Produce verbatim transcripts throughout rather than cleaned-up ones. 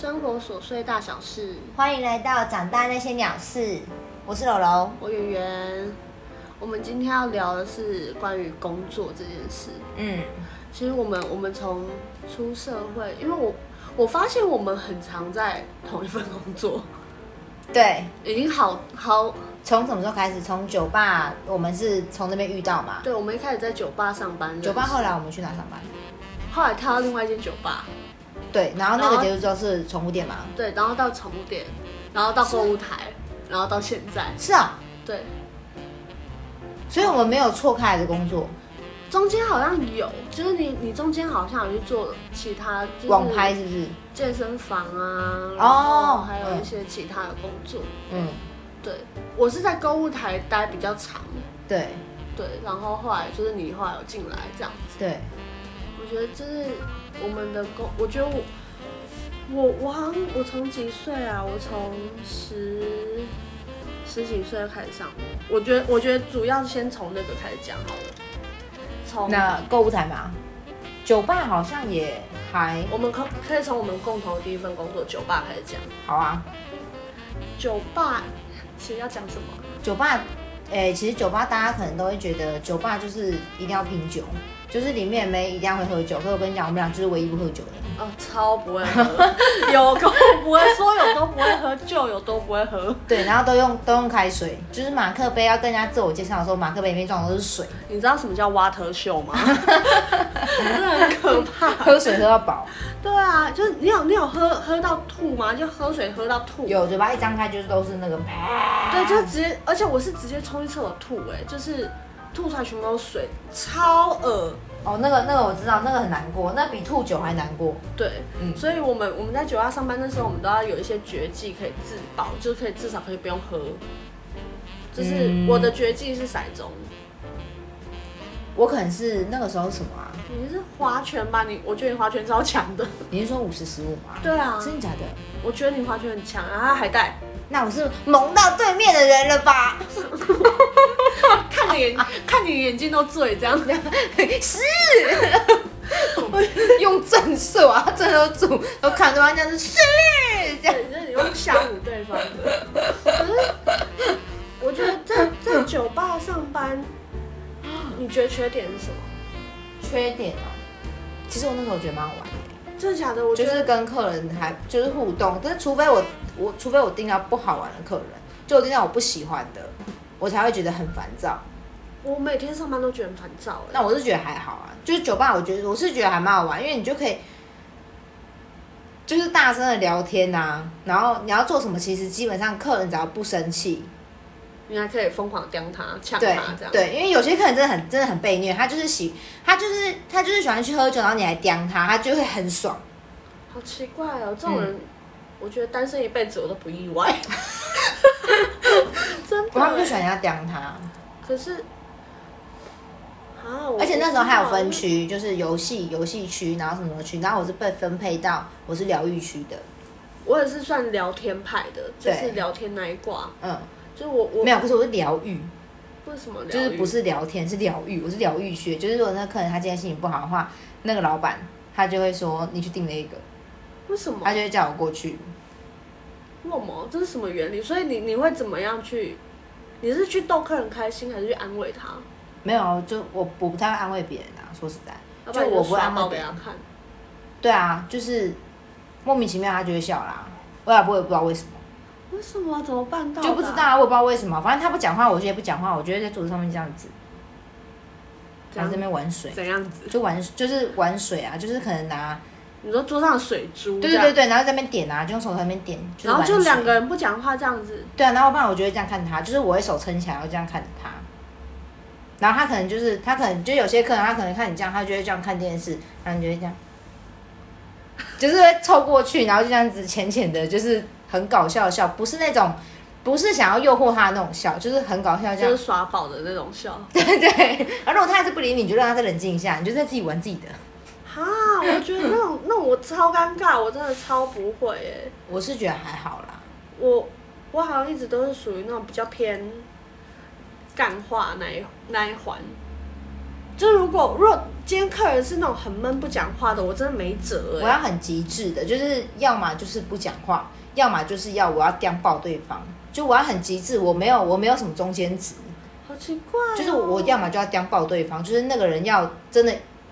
生活琐碎大小事， 欢迎来到长大那些鸟事，我是柔柔， 我圆圆。我们今天要聊的是关于工作这件事。嗯，其实我们我们从出社会，因为我我发现我们很常在同一份工作。 对， 已经好好。 从什么时候开始？从酒吧，我们是从那边遇到嘛？ 对，我们一开始在酒吧上班。 酒吧后来我们去哪上班？ 后来跳到另外一间酒吧。 对，然后那个结束之后是宠物店嘛？ 对，然后到宠物店，然后到购物台，然后到现在。 是啊。 对。 所以我们没有错开来的工作。 中间好像有，就是你你中间好像有去做其他，就是网拍是不是？ 健身房啊， 哦， 还有一些其他的工作。嗯，对，我是在购物台待比较长。 对对，然后后来就是你后来有进来这样子。 对， 我觉得就是我们的工，我觉得我我我好像我从几岁啊？我从十十几岁开始上，我觉得我觉得主要先从那个开始讲好了。从那购物台嘛，酒吧好像也还， 我们可可以从我们共同的第一份工作酒吧开始讲。 好啊。 酒吧其实要讲什么？ 酒吧，诶、欸，其实酒吧大家可能都会觉得酒吧就是一定要品酒，就是里面没一定要会喝酒。可是我跟你讲，我们俩就是唯一不喝酒的人。 哦，超不会喝，有都不会说有都不会喝，就有都不会喝。 对，然后都用都用开水，就是马克杯要跟人家自我介绍的时候，马克杯里面装的都是水。 你知道什么叫 water show 吗？真的很可怕， 喝水喝到饱。 对啊，就是你有你有喝喝到吐吗？就喝水喝到吐。 有，嘴巴一张开就是都是那个。 对，就直接，而且我是直接冲去厕所吐、欸，哎，就是吐出来全部都是水，超恶。 哦，那个那个我知道，那个很难过，那比吐酒还难过。 对，嗯，所以我们我们在酒吧上班的时候，我们都要有一些绝技可以自保，就是可以至少可以不用喝。就是我的绝技是骰盅。 我可能是那个时候是什么啊？ 你是划拳吧？你我觉得你划拳超强的。 你是说五十十五吗？ 对啊。 真的假的？ 我觉得你划拳很强，然后他还带。 那我是萌到对面的人了吧？ 看你眼，看你眼睛都醉这样子。 是。用正色啊，正色组都看对方这样子是这样， 就是你用吓唬对方的。可是我觉得在在酒吧上班，你觉得缺点是什么？ 缺点啊，其实我那时候觉得蛮好玩的。 真的假的？我觉得就是跟客人还就是互动，但是除非我我除非我订到不好玩的客人，就我订到我不喜欢的，我才会觉得很烦躁。 我每天上班都觉得很烦躁。 那我是觉得还好啊，就是酒吧，我觉得我是觉得还蛮好玩，因为你就可以就是大声的聊天啊，然后你要做什么，其实基本上客人只要不生气， 你还可以疯狂刁他、呛他这样。 对，因为有些客人真的很真的很被虐，他就是喜他就是他就是喜欢去喝酒，然后你还刁他，他就会很爽。 好奇怪哦，这种人，嗯、我觉得单身一辈子我都不意外。真的， 他们就喜欢人家刁他。 可是，啊， 而且那时候还有分区，就是游戏游戏区，然后什么区，然后我是被分配到我是疗愈区的。 我也是算聊天派的，就是聊天那一挂。嗯。就我我没有，不是我是疗愈。 为什么疗愈？ 就是不是聊天，是疗愈。我是疗愈学，就是如果那客人他今天心情不好的话，那个老板他就会说你去订那个。 为什么？ 他就会叫我过去。 为什么？这是什么原理？所以你你会怎么样去？你是去逗客人开心，还是去安慰他？ 没有，就我我不太会安慰别人啊。说实在， 就我不会安慰别人看。 对啊，就是莫名其妙他就会笑啦，我也不会不知道为什么。 为什么？怎么办到的？ 就不知道啊，我也不知道为什么。反正他不讲话，我就也不讲话。我觉得在桌子上面这样子，然后这边玩水， 怎样子？ 就玩就是玩水啊，就是可能拿。 你说桌上的水珠？ 对对对对，然后在那边点啊，就用手在那边点。就是、 然后就两个人不讲话这样子。 对啊，然后不然我就会这样看他，就是我会手撑起来，然后这样看着他。然后他可能就是他可能就有些客人，他可能看你这样，他就会这样看电视，然后你就会这样，就是会凑过去，然后就这样子浅浅的，就是很搞笑的笑，不是那种不是想要诱惑他的那种笑，就是很搞笑这样， 就是耍宝的那种笑。 对对。然后如果他还是不理你，你就让他再冷静一下，你就在自己玩自己的。 哈，我觉得那种那种我超尴尬，我真的超不会耶。 我是觉得还好啦。 我我好像一直都是属于那种比较偏干话那一那一环。就如果如果今天客人是那种很闷不讲话的，我真的没辙、欸。 我要很极致的，就是要么就是不讲话，要么就是要我要刁爆对方，就我要很极致，我没有我没有什么中间值。 好奇怪、哦。 就是我要么就要刁爆对方，就是那个人要真的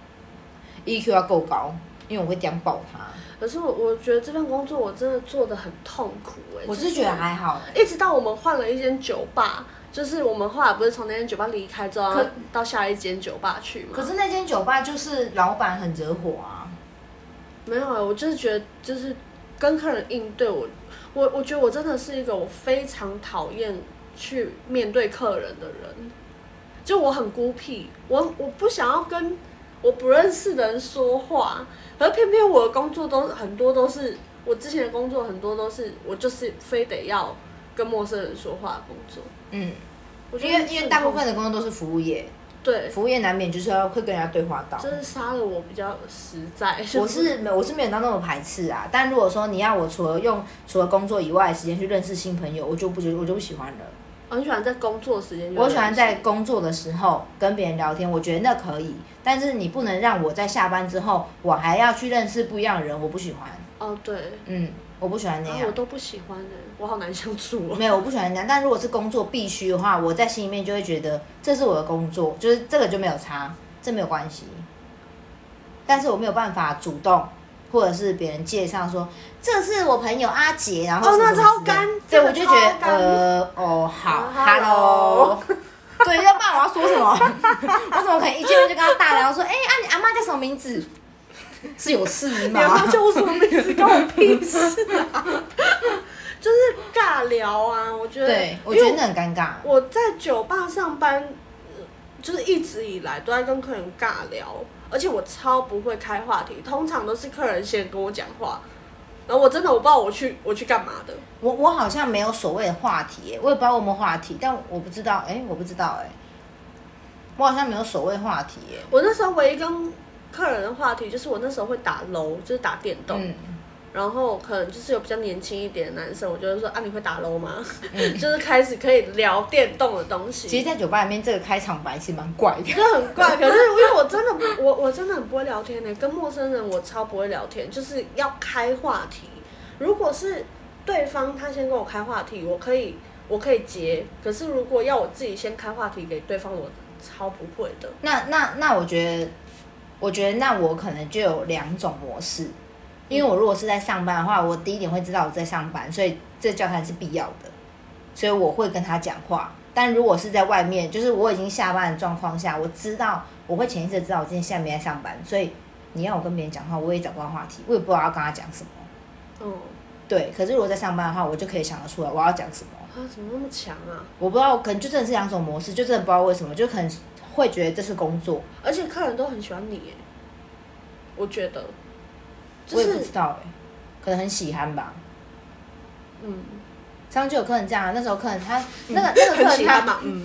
E Q 要够高，因为我会刁爆他。 可是我我觉得这份工作我真的做得很痛苦哎、欸。 我是觉得还好、欸， 一直到我们换了一间酒吧。就是我们后来不是从那间酒吧离开之后，到下一间酒吧去嘛。 可是那间酒吧就是老板很惹火啊。 没有啊，我就是觉得就是跟客人应对我，我我觉得我真的是一个我非常讨厌去面对客人的人，就我很孤僻，我我不想要跟我不认识的人说话，而偏偏我的工作都很多都是我之前的工作很多都是我就是非得要跟陌生人说话的工作。嗯，我觉得因为因为大部分的工作都是服务业， 对， 服务业难免就是要会跟人家对话到， 就是杀了我比较实在。 我是没我是没有到那么排斥啊，但如果说你要我除了用除了工作以外的时间去认识新朋友，我就不觉得我就不喜欢了。 我很喜欢在工作时间， 我喜欢在工作的时候跟别人聊天，我觉得那可以，但是你不能让我在下班之后我还要去认识不一样的人，我不喜欢。 哦，对， 嗯。我不喜欢那样、啊， 我都不喜欢的、欸，我好难相处哦。 没有，我不喜欢那样。但如果是工作必须的话，我在心里面就会觉得这是我的工作，就是这个就没有差，这没有关系。但是我没有办法主动，或者是别人介绍说这是我朋友阿杰，然后哦，那超干， 对，我就觉得呃哦好 ，hello， 对，要不然我要说什么？我怎么可能一见面就跟他大聊说，哎、欸，啊你阿妈叫什么名字？是有事吗？ 你要叫我什么名字？关我屁事啊！就是尬聊啊，我觉得。 对，我觉得那很尴尬。 我在酒吧上班，就是一直以来都在跟客人尬聊，而且我超不会开话题，通常都是客人先跟我讲话，然后我真的我不知道我去我去干嘛的。 我我好像没有所谓的话题耶，我也不知道我有没有话题，但我不知道，哎、欸，我不知道哎，我好像没有所谓话题耶。 我那时候唯一跟客人的话题就是我那时候会打 L O， 就是打电动、嗯，然后可能就是有比较年轻一点的男生，我就会说啊你会打 L O 吗？嗯、就是开始可以聊电动的东西。 其实，在酒吧里面这个开场白其实蛮怪的， 就很怪。可是因为我真的我我真的很不会聊天呢，跟陌生人我超不会聊天，就是要开话题。如果是对方他先跟我开话题，我可以我可以接，可是如果要我自己先开话题给对方，我超不会的。 那那那我觉得。我觉得那我可能就有两种模式，因为我如果是在上班的话，我第一点会知道我在上班，所以这交谈是必要的，所以我会跟他讲话。但如果是在外面，就是我已经下班的状况下，我知道我会潜意识知道我今天现在没在上班，所以你要我跟别人讲话，我也找不到话题，我也不知道要跟他讲什么。嗯，对。可是如果在上班的话，我就可以想得出来我要讲什么。 啊，怎么那么强啊？ 我不知道，可能就真的是两种模式，就真的不知道为什么，就可能。会觉得这是工作， 而且客人都很喜欢你耶，我觉得， 就是、我也不知道哎，可能很喜欢吧。嗯，上次就有客人这样、啊，那时候客人他、嗯、那个那个客人他，嗯，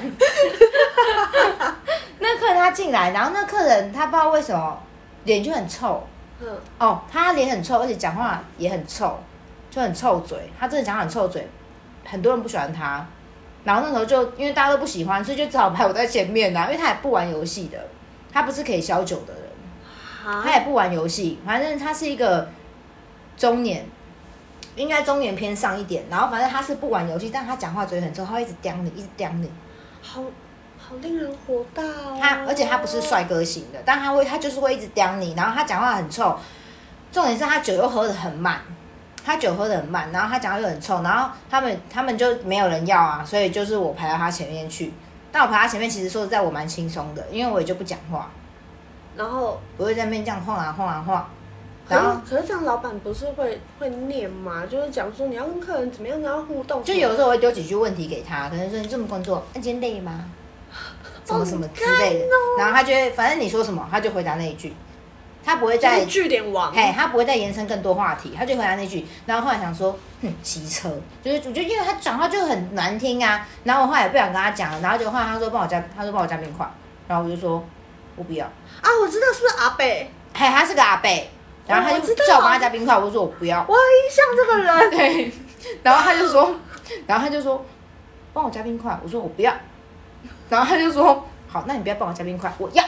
那个客人他进来，然后那个客人他不知道为什么脸就很臭，嗯，哦，他脸很臭，而且讲话也很臭，就很臭嘴，他真的讲话很臭嘴，很多人不喜欢他。然后那时候就因为大家都不喜欢，所以就只好排我在前面啦、啊。因为他也不玩游戏的，他不是可以消酒的人，他也不玩游戏。反正他是一个中年，应该中年偏上一点。然后反正他是不玩游戏，但他讲话嘴很臭，他会一直刁你，一直刁你， 好好令人火大哦。 他而且他不是帅哥型的，但他会他就是会一直刁你，然后他讲话很臭。重点是他酒又喝得很慢。他酒喝得很慢，然后他讲话又很臭，然后他们他们就没有人要啊，所以就是我排到他前面去。但我排他前面，其实说实在我蛮轻松的，因为我也就不讲话， 然后我会在那边这样晃啊晃啊晃。 然后可是这样老板不是会会念吗？就是讲说你要跟客人怎么样，你要互动。 就有时候我会丢几句问题给他，可能说你这么工作，那今天累吗？什么什么之类的，然后他就会反正你说什么，他就回答那一句。他不会再句点王， 嘿，他不会再延伸更多话题，他就回答那句。然后后来想说，哼，机车，就是我觉得因为他讲话就很难听啊。然后我后来也不想跟他讲了，然后就后来他说帮我加，他说帮我加冰块，然后我就说我不要。 啊，我知道是不是阿北？ 嘿，他是个阿北，然后他就叫我帮他加冰块，我说我不要。 我有印象这个人。 对，然后他就说，然后他就说帮我加冰块，我说我不要。然后他就说好，那你不要帮我加冰块，我要。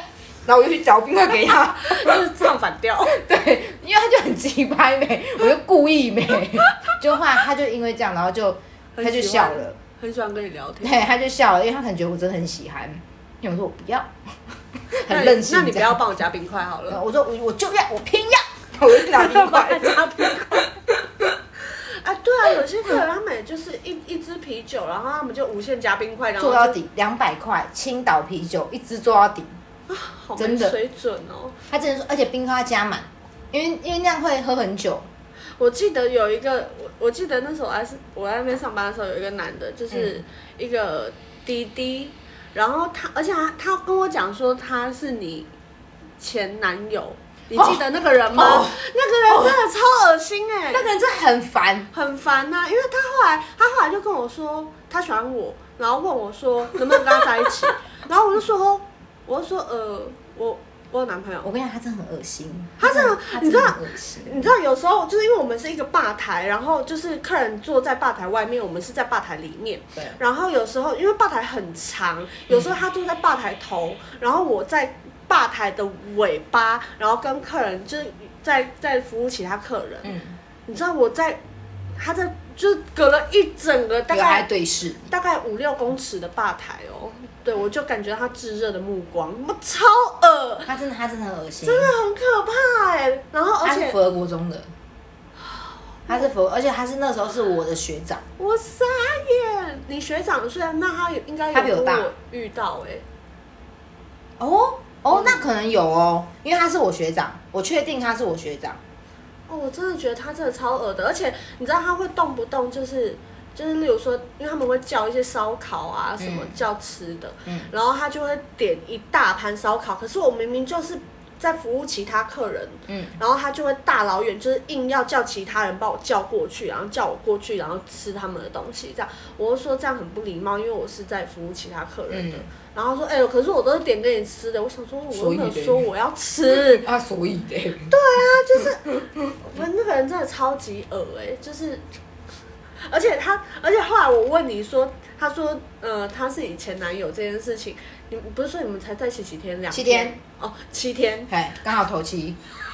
然后我就去找冰块给他， 就是唱反调。 对，因为他就很鸡掰没，我就故意没，就后来他就因为这样，然后就他就笑了， 很喜欢跟你聊天。 对，他就笑了，因为他可能觉得我真的很喜欢，因为我说我不要，很任性。 那你不要帮我加冰块好了。 我说我我就要，我偏要，我就拿冰块加冰块。啊，对啊，有些客人他们就是一一支啤酒，然后他们就无限加冰块，然后做到底，两百块青岛啤酒一支做到底， 啊，好没水准哦。 他真的说，而且冰块要加满，因为因为那样会喝很久。 我记得有一个，我我记得那时候我还是我在那边上班的时候，有一个男的，就是一个弟弟，然后他，而且他他跟我讲说他是你前男友。你记得那个人吗？哦、那个人真的超恶心哎、欸！ 那个人真的很烦， 很烦呐、啊！因为他后来，他后来就跟我说他喜欢我，然后问我说能不能跟他在一起，然后我就说，我就说呃，我我有男朋友。 我跟你讲，他真的很恶心， 他真的，你知道， 恶心。 你知道有时候就是因为我们是一个吧台，然后就是客人坐在吧台外面，我们是在吧台里面。 对。 然后有时候因为吧台很长，有时候他坐在吧台头，然后我在吧台的尾巴，然后跟客人就是在在服务其他客人。嗯。你知道我在他在就是隔了一整个大概对视大概五六公尺的吧台哦，对我就感觉他炙热的目光，我超恶。 他真的他真的很恶心， 真的很可怕哎。然后而且他是福尔国中的，他是福，而且他是那时候是我的学长。 我傻眼，你学长虽然那他应该有跟我遇到哎、欸。 哦哦，那可能有哦，因为他是我学长，我确定他是我学长。 哦，我真的觉得他真的超恶的，而且你知道他会动不动就是就是，例如说，因为他们会叫一些烧烤啊什么、嗯、叫吃的，嗯、然后他就会点一大盘烧烤，可是我明明就是在服务其他客人，嗯、然后他就会大老远就是硬要叫其他人把我叫过去，然后叫我过去，然后吃他们的东西，这样我就说这样很不礼貌，因为我是在服务其他客人的。嗯然后说，哎、欸，可是我都是点给你吃的。我想说，我又没有说我要吃。 啊，所以的。对啊，就是，我那个人真的超级恶哎、欸，就是，而且他，而且后来我问你说，他说，呃，他是你前男友这件事情，你不是说你们才在一起几天？两七天。 哦，七天。 嘿，刚好头七。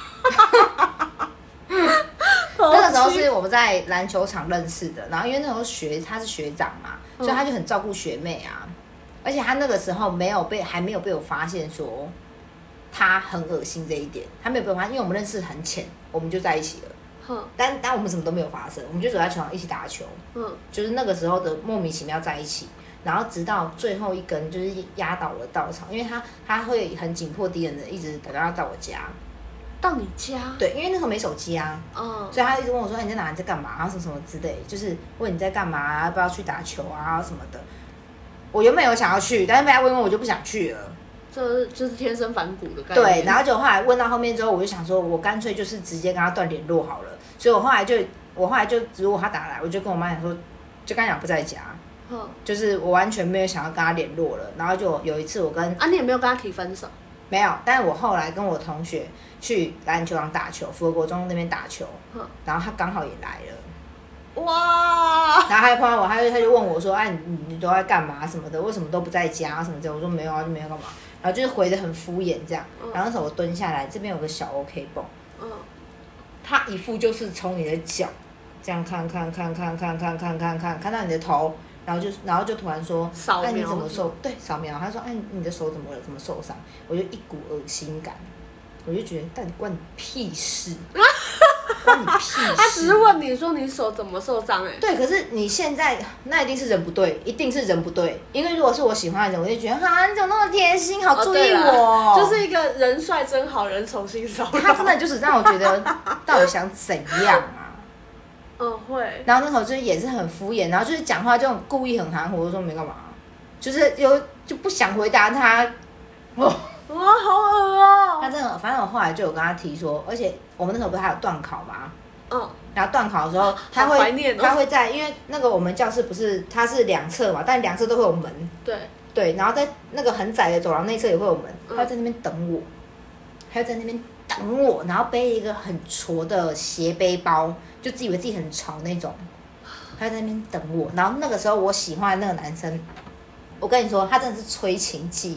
那个时候是我们在篮球场认识的，然后因为那时候学他是学长嘛，所以他就很照顾学妹啊。而且他那个时候没有被，还没有被我发现说他很恶心这一点，他没有被我发现，因为我们认识很浅，我们就在一起了。嗯、但但我们什么都没有发生，我们就走在球场一起打球。嗯，就是那个时候的莫名其妙在一起，然后直到最后一根就是压倒了稻草，因为他他会很紧迫敌人的一直等到他到我家。 到你家？ 对，因为那时候没手机啊，嗯，所以他一直问我说：“哎、欸，你在哪？你在干嘛？然后什么什么之类，就是问你在干嘛、啊，要不要去打球啊什么的。”我原本有想要去，但是被他问问我就不想去了。 这就是天生反骨的概念。 对，然后就后来问到后面之后，我就想说，我干脆就是直接跟他断联络好了。所以我后来就，我后来就如果他打来，我就跟我妈讲说，就跟他讲不在家，嗯，就是我完全没有想要跟他联络了。然后就有一次我跟啊，你也没有跟他提分手？ 没有，但是我后来跟我同学去篮球场打球，福和国中那边打球，嗯，然后他刚好也来了。哇！然后他就碰到我，他就他就问我说：“哎、啊，你你都在干嘛什么的？为什么都不在家什么的？”我说：“没有啊，就没有干嘛。”然后就是回得很敷衍这样。嗯、然后那时候我蹲下来，这边有个小 OK 泵，嗯，他一副就是从你的脚这样看看看看看看看看看看到你的头，然后就然后就突然说：“哎、啊，你怎么受？对，扫描。”他说：“哎、啊，你的手怎么了？怎么受伤？”我就一股恶心感，我就觉得，但关你屁事。关你屁事！ 他只是问你说你手怎么受伤哎、欸？ 对，可是你现在那一定是人不对，一定是人不对。因为如果是我喜欢的人，我就觉得哈，你怎么那么贴心，好注意我， 哦、就是一个人帅真好人丑心骚扰。 他真的就是让我觉得到底想怎样啊？ 嗯，会。 然后那时候就是也是很敷衍，然后就是讲话就故意很含糊，我说没干嘛，就是有就不想回答他。哦。 哇，好恶哦！ 他真的，反正我后来就有跟他提说，而且我们那时候不是还有段考吗？嗯。然后段考的时候，他会、哦、他会在，因为那个我们教室不是它是两侧嘛，但两侧都会有门。 对。 对，然后在那个很窄的走廊内侧也会有门，他会在那边等我，他会在那边等我，然后背一个很矬的斜背包，就自以为自己很潮那种，他在那边等我。然后那个时候我喜欢的那个男生，我跟你说，他真的是催情剂。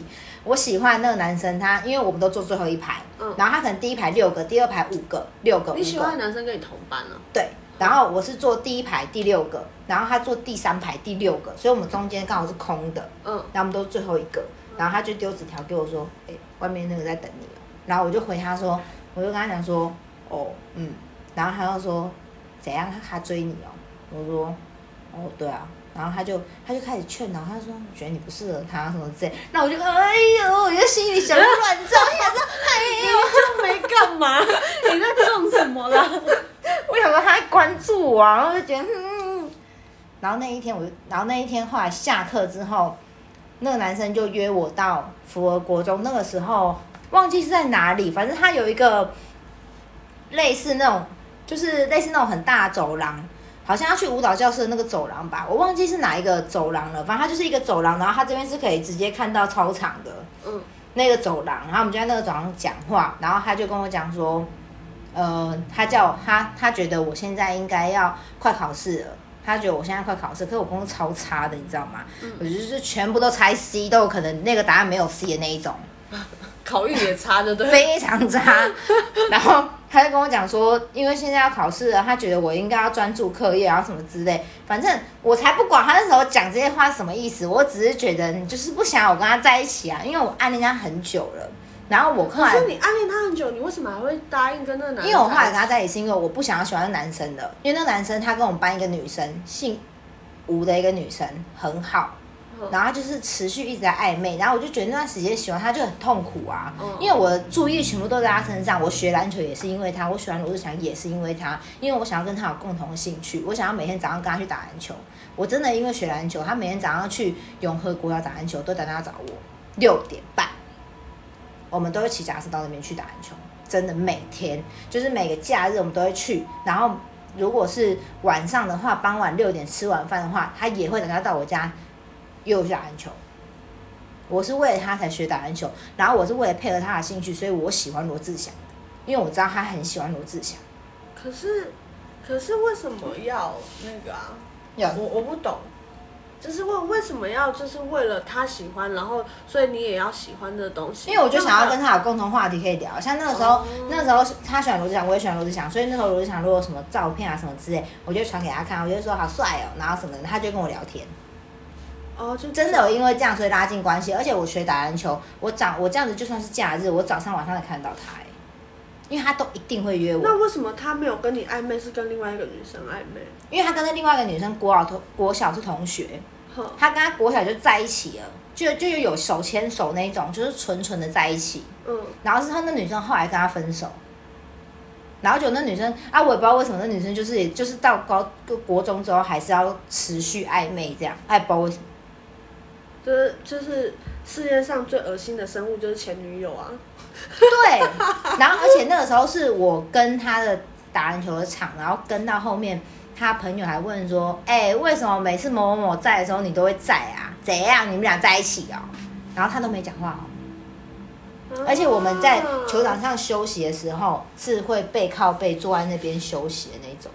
我喜欢那个男生他，因为我们都坐最后一排，嗯，然后他可能第一排六个，第二排五个，六个。 你喜欢的男生跟你同班啊？ 对，然后我是坐第一排第六个，然后他坐第三排第六个，所以我们中间刚好是空的，嗯，然后我们都是最后一个，然后他就丢纸条给我说，哎、欸，外面那个在等你哦，然后我就回他说，我就跟他讲说，哦，嗯，然后他就说，怎样？他追你哦？我说，哦，对啊。然后他就他就开始劝导，他说：“我觉得你不适合他什么之类。”那我就哎呦，我就心里小鹿乱撞，想说哎呦， 没干嘛，你在撞什么啦？ 我想说他在关注我、啊，然后就觉得嗯。然后那一天我就，然后那一天后来下课之后，那个男生就约我到福和国中，那个时候忘记是在哪里，反正他有一个类似那种，就是类似那种很大的走廊。好像要去舞蹈教室的那个走廊吧，我忘记是哪一个走廊了。反正它就是一个走廊，然后它这边是可以直接看到操场的，嗯，那个走廊。然后我们就在那个走廊讲话，然后他就跟我讲说，呃，他叫他他觉得我现在应该要快考试了，他觉得我现在快考试，可是我功课超差的，你知道吗？嗯、我就是全部都猜 C， 都有可能那个答案没有 C 的那一种。 考运也差的，对， 非常差。然后他就跟我讲说，因为现在要考试了，他觉得我应该要专注课业，然后什么之类。反正我才不管他那时候讲这些话是什么意思，我只是觉得你就是不想我跟他在一起啊，因为我暗恋他很久了。然后我后来， 可是你暗恋他很久，你为什么还会答应跟那个男生？ 因为我后来跟他在一起，是因为我不想要喜欢那男生的，因为那个男生他跟我们班一个女生，姓吴的一个女生很好。然后他就是持续一直在暧昧，然后我就觉得那段时间喜欢他就很痛苦啊，嗯、因为我的注意力全部都在他身上。我学篮球也是因为他，我喜欢罗志祥也是因为他，因为我想要跟他有共同的兴趣，我想要每天早上跟他去打篮球。我真的因为学篮球，他每天早上去永和国小打篮球，都等他找我六点半，我们都会骑脚踏车到那边去打篮球，真的每天就是每个假日我们都会去，然后如果是晚上的话，傍晚六点吃完饭的话，他也会等他到我家。又去打篮球，我是为了他才学打篮球，然后我是为了配合他的兴趣，所以我喜欢罗志祥，因为我知道他很喜欢罗志祥。 可是，可是为什么要那个啊？我我不懂，就是为为什么要就是为了他喜欢，然后所以你也要喜欢这东西？ 因为我就想要跟他有共同话题可以聊，像那个时候，哦、那个时候他喜欢罗志祥，我也喜欢罗志祥，所以那时候罗志祥如果有什么照片啊什么之类，我就传给他看，我就说好帅哦，然后什么的，他就跟我聊天。 哦，就真的有因为这样所以拉近关系，而且我学打篮球，我早我这样子就算是假日，我早上晚上才看到他、欸，因为他都一定会约我。 那为什么他没有跟你暧昧，是跟另外一个女生暧昧？ 因为他跟那另外一个女生国小同国小是同学，他跟他国小就在一起了，就就有手牵手那种，就是纯纯的在一起。嗯，然后是他那女生后来跟他分手。然后就那女生啊，我也不知道为什么那女生就是也就是到高国中之后还是要持续暧昧这样，哎，不知道为什么。 就是就是世界上最恶心的生物就是前女友啊。 对，然后而且那个时候是我跟他的打篮球的场，然后跟到后面，他朋友还问说，哎、欸，为什么每次某某某在的时候你都会在啊？怎样？你们俩在一起哦？然后他都没讲话哦。而且我们在球场上休息的时候，是会背靠背坐在那边休息的那种。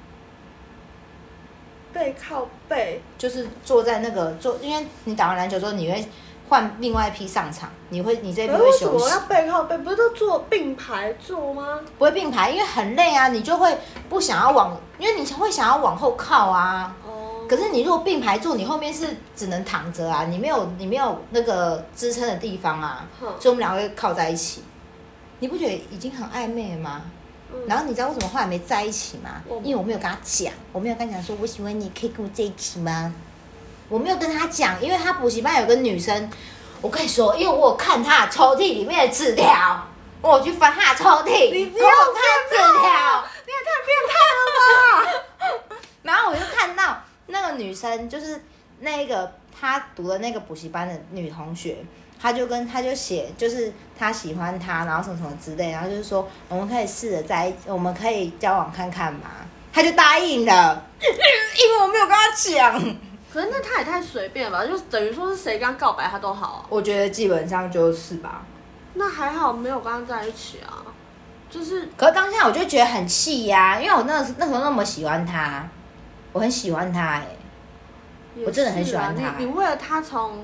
背靠背， 就是坐在那个坐，因为你打完篮球之后，你会换另外一批上场，你会你这边会休息。 为什么要背靠背？不是都坐并排坐吗？ 不会并排，因为很累啊，你就会不想要往，因为你会想要往后靠啊。哦。可是你如果并排坐，你后面是只能躺着啊，你没有你没有那个支撑的地方啊，所以我们两个会靠在一起。你不觉得已经很暧昧了吗？然后你知道为什么后来没在一起吗？因为我没有跟他讲，我没有跟他讲说我喜欢你，可以跟我在一起吗？我没有跟他讲，因为他补习班有个女生，我跟你说，因为我有看他的抽屉里面的纸条，我去翻他的抽屉， 你不要看纸条， 你也太变态了吧！ 然后我就看到那个女生，就是那个她读的那个补习班的女同学。他就跟他就写，就是他喜欢他，然后什么什么之类，然后就是说我们可以试着在，我们可以交往看看嘛。他就答应了，因为我没有跟他讲。 可是那他也太随便吧，就等于说是谁跟他告白他都好啊。 我觉得基本上就是吧。 那还好没有跟他在一起啊，就是。 可是当下我就觉得很气呀、啊，因为我那那时候那么喜欢他，我很喜欢他哎、欸，我真的很喜欢他、欸。 你你为了他从。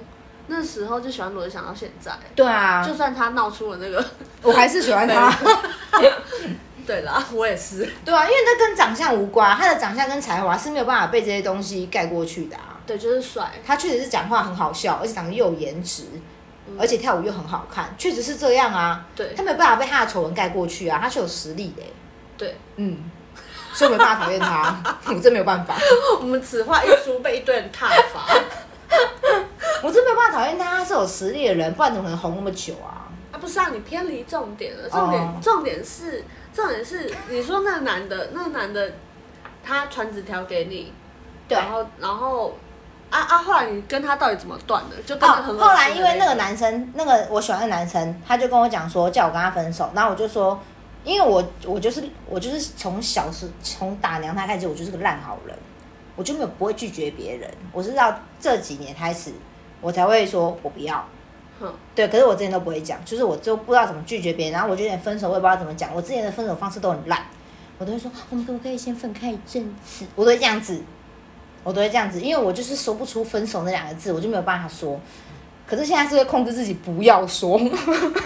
那时候就喜欢罗志祥到现在。 对啊， 就算他闹出了那个， 我还是喜欢他。 对啦，我也是。 对啊，因为那跟长相无关，他的长相跟才华是没有办法被这些东西盖过去的啊。 对，就是帅。 他确实是讲话很好笑，而且长得又有颜值，嗯、而且跳舞又很好看，确实是这样啊。 对， 他没有办法被他的丑闻盖过去啊，他是有实力的、欸。 对， 嗯，所以我没办法讨厌他，我真没有办法。 我们此话一出，被一堆人挞伐。 我真没有办法讨厌他，他是有实力的人，不然怎么可能红那么久啊？ 啊，不是啊，你偏离重点了。重点，哦、重点是，重点是，你说那个男的，那个男的，他传纸条给你， 对， 然后，然后，啊啊，后来你跟他到底怎么断的？就跟他很、 哦、后来因为那个男生，那个我喜欢的男生，他就跟我讲说，叫我跟他分手，然后我就说，因为我我就是我就是从小时从打娘胎开始，我就是个烂好人，我就没有不会拒绝别人，我是到这几年开始，我才会说我不要。对，可是我之前都不会讲，就是我就不知道怎么拒绝别人，然后我就有点分手，我也不知道怎么讲。我之前的分手方式都很烂，我都会说我们可不可以先分开一阵子，我都会这样子，我都会这样子，因为我就是说不出分手那两个字，我就没有办法说。可是现在是会控制自己不要说，你冷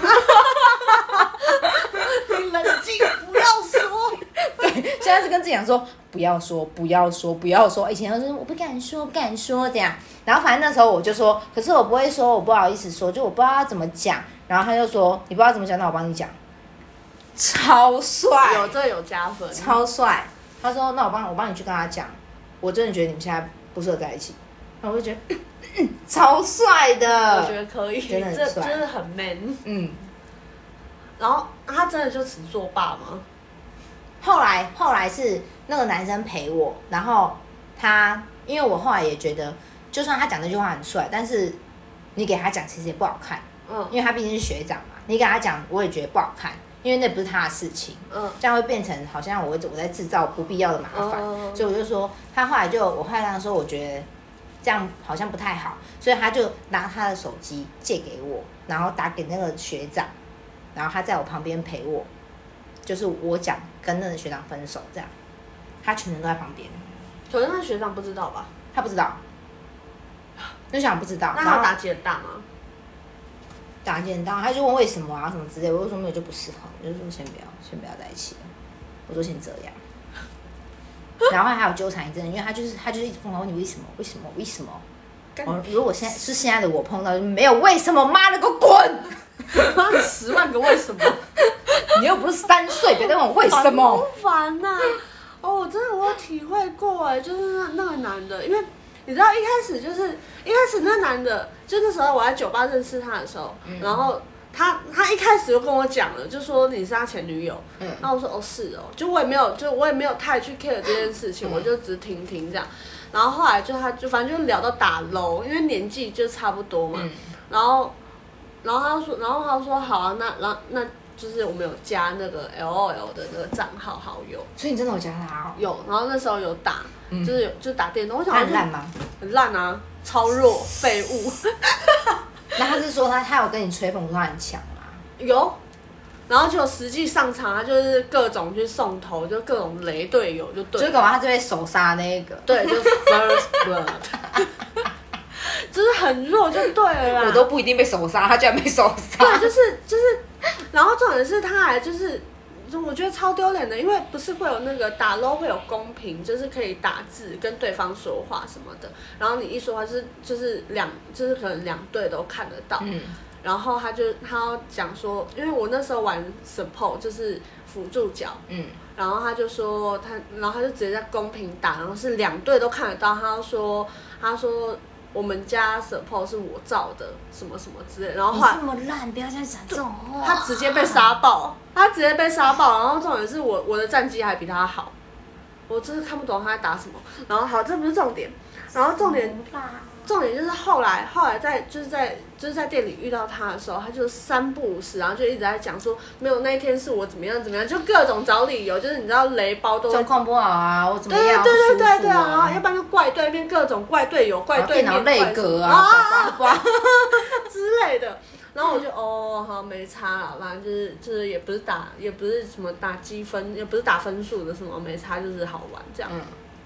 静，不要说。 对，现在是跟自己讲说不要说，不要说，不要说。以前都是我不敢说，不敢说这样。然后反正那时候我就说，可是我不会说，我不好意思说，就我不知道要怎么讲。然后他就说，你不知道怎么讲，那我帮你讲。超帅， 有这有加分， 超帅。他说，那我帮我帮你去跟他讲，我真的觉得你们现在不适合在一起。然后我就觉得、嗯嗯、超帅的， 我觉得可以， 真的很帅， 这真的很 man。 嗯。 然后他真的就只作罢吗？ 后来后来是那个男生陪我，然后他因为我后来也觉得，就算他讲那句话很帅，但是你给他讲其实也不好看，嗯，因为他毕竟是学长嘛，你给他讲我也觉得不好看，因为那不是他的事情，嗯，这样会变成好像我我在制造不必要的麻烦，嗯、所以我就说他后来就我后来跟他说，我觉得这样好像不太好，所以他就拿他的手机借给我，然后打给那个学长，然后他在我旁边陪我。就是我讲跟那个学长分手这样，他全程都在旁边。 可是那学长不知道吧？ 他不知道，那学长不知道。 那他打击很大吗？ 打击很大，他就问为什么啊什么之类，我就说没有就不适合，我就说先不要，先不要在一起了，我说先这样。然后还有纠缠一阵，因为他就是他就是一直疯狂问你为什么为什么为什么。我如果现在是现在的我碰到没有为什么，妈的给我滚！ 妈的十万个为什么？ 你又不是三岁，别再问我为什么。 好烦呐、啊！哦，我真的我有体会过哎，就是那那个男的，因为你知道一开始就是一开始那男的，就那时候我在酒吧认识他的时候，嗯、然后他他一开始就跟我讲了，就说你是他前女友，嗯，然后我说哦是哦，就我也没有就我也没有太去 care 这件事情，嗯、我就只听听这样，然后后来就他就反正就聊到打 low， 因为年纪就差不多嘛，嗯、然后然后他说然后他说好啊，那那那。就是我们有加那个 L O L 的那个账号好友， 所以你真的有加他哦？ 有，然后那时候有打，嗯、就是有就是打电动。我想很烂吗？ 很烂啊，超弱，废物。 那他是说他他有跟你吹捧说他很强吗？ 有，然后就实际上场，他就是各种去送头，就各种雷队友就对了。 就是干嘛？他这边手杀那一个， 对，就是 first blood。就是很弱就对了啦。 我都不一定被手杀，他居然被手杀。 对，就是就是，然后重点是他还就是，我觉得超丢脸的，因为不是会有那个打 low 会有公屏，就是可以打字跟对方说话什么的，然后你一说话就是就是两就是可能两队都看得到。嗯。然后他就他要讲说，因为我那时候玩 support 就是辅助角，嗯，然后他就说他，然后他就直接在公屏打，然后是两队都看得到，他说他说。我们家 support 是我造的，什么什么之类，然后后来你这么烂，不要再讲这种话。 他直接被杀爆，他直接被杀爆，然后重点是我我的战绩还比他好，我真是看不懂他在打什么。然后好，这不是重点，然后重点重点就是后来后来在就是在就是在店里遇到他的时候，他就三不五时，然后就一直在讲说没有那一天是我怎么样怎么样，就各种找理由，就是你知道雷包都状况不好啊，我怎么样、啊、 对对对对对啊，然后要不然就怪对面，各种怪队友，怪对面， 内阁啊，啊之类的。然后我就哦好没差了，反正就是就是也不是打也不是什么打积分，也不是打分数的什么没差，就是好玩这样。嗯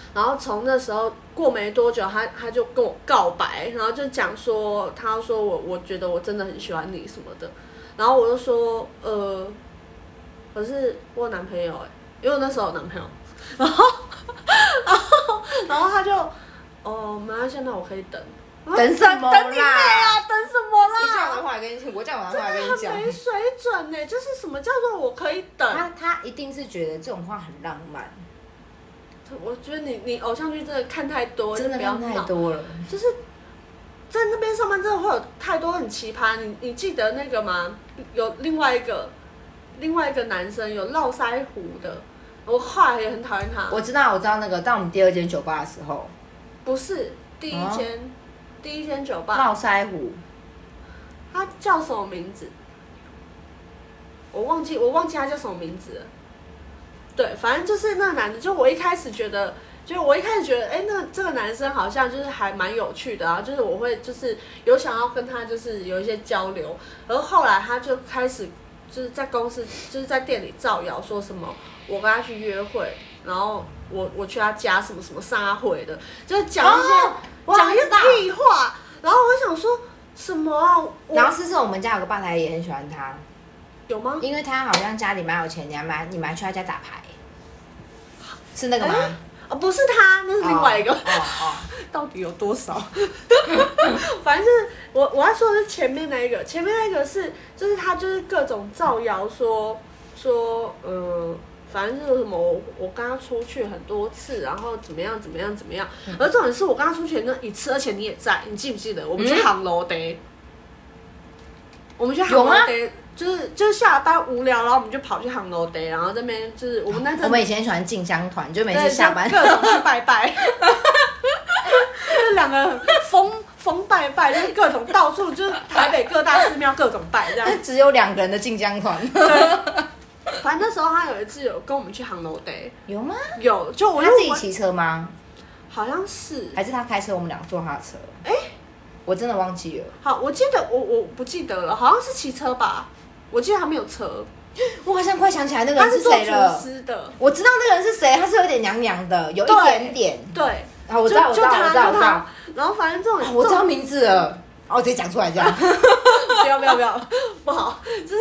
然后从那时候过没多久，他他就跟我告白，然后就讲说，他说我我觉得我真的很喜欢你什么的，然后我就说呃，可是我有男朋友哎、因为我那时候有男朋友，然后然后然后他就哦没关系，那我可以等。 等什么啦？ 等你妹啊！等什么啦？ 你叫我拿过来跟你，我叫我拿过来跟你讲。 没水准呢、欸，就是什么叫做我可以等？ 他他一定是觉得这种话很浪漫。 我觉得你你偶像剧真的看太多， 真的看太多了。 就是在那边上班真的会有太多很奇葩。你你记得那个吗？有另外一个另外一个男生有络腮胡的，我后来也很讨厌他。 我知道我知道那个，到我们第二间酒吧的时候， 不是第一间。哦第一间酒吧， 络腮胡， 他叫什么名字？我忘记，我忘记他叫什么名字了。对，反正就是那个男的，就我一开始觉得，就我一开始觉得，哎、欸，那这个男生好像就是还蛮有趣的啊，就是我会就是有想要跟他就是有一些交流，而后来他就开始就是在公司就是在店里造谣说什么我跟他去约会，然后我我去他家什么什么撒会的，就是讲一些。哦讲一些屁话，然后我想说什么啊？ 然后是不是我们家有个吧台也很喜欢他？ 有吗？ 因为他好像家里蛮有钱，你还蛮你们还去他家打牌，是那个吗？ 欸、哦，不是他，那是另外一个。 哦哦， 到底有多少？反正就是我我要说的是前面那一个，前面那个是就是他就是各种造谣说说呃。反正就是什么我我跟他出去很多次，然后怎么样怎么样怎么样，嗯、而重点是我跟他出去那一次，而且你也在，你记不记得？我们去杭楼得，我们去杭楼得，就是就是下班无聊，然后我们就跑去杭楼得，然后这边就是我们那阵， 我们以前喜欢进香团，就每次下班各种去拜拜，就两个疯疯拜拜，就是各种到处就是台北各大寺庙各种拜这样， 只有两个人的进香团。 对。反正那时候他有一次有跟我们去杭楼 day， 有吗？ 有，就我他自己骑车吗？ 好像是， 还是他开车，我们俩坐他的车？ 哎、欸， 我真的忘记了。 好，我记得我我不记得了，好像是骑车吧，我记得他没有车。 我好像快想起来那个人是谁了。 他是做厨师的， 我知道那个人是谁，他是有点娘娘的，有一点点。 对， 啊，我知道，我知道，我知道，我知道。 然后反正这种， 啊、我知道名字了，哦，直接讲出来这样。 不要不要不要，不好，就是，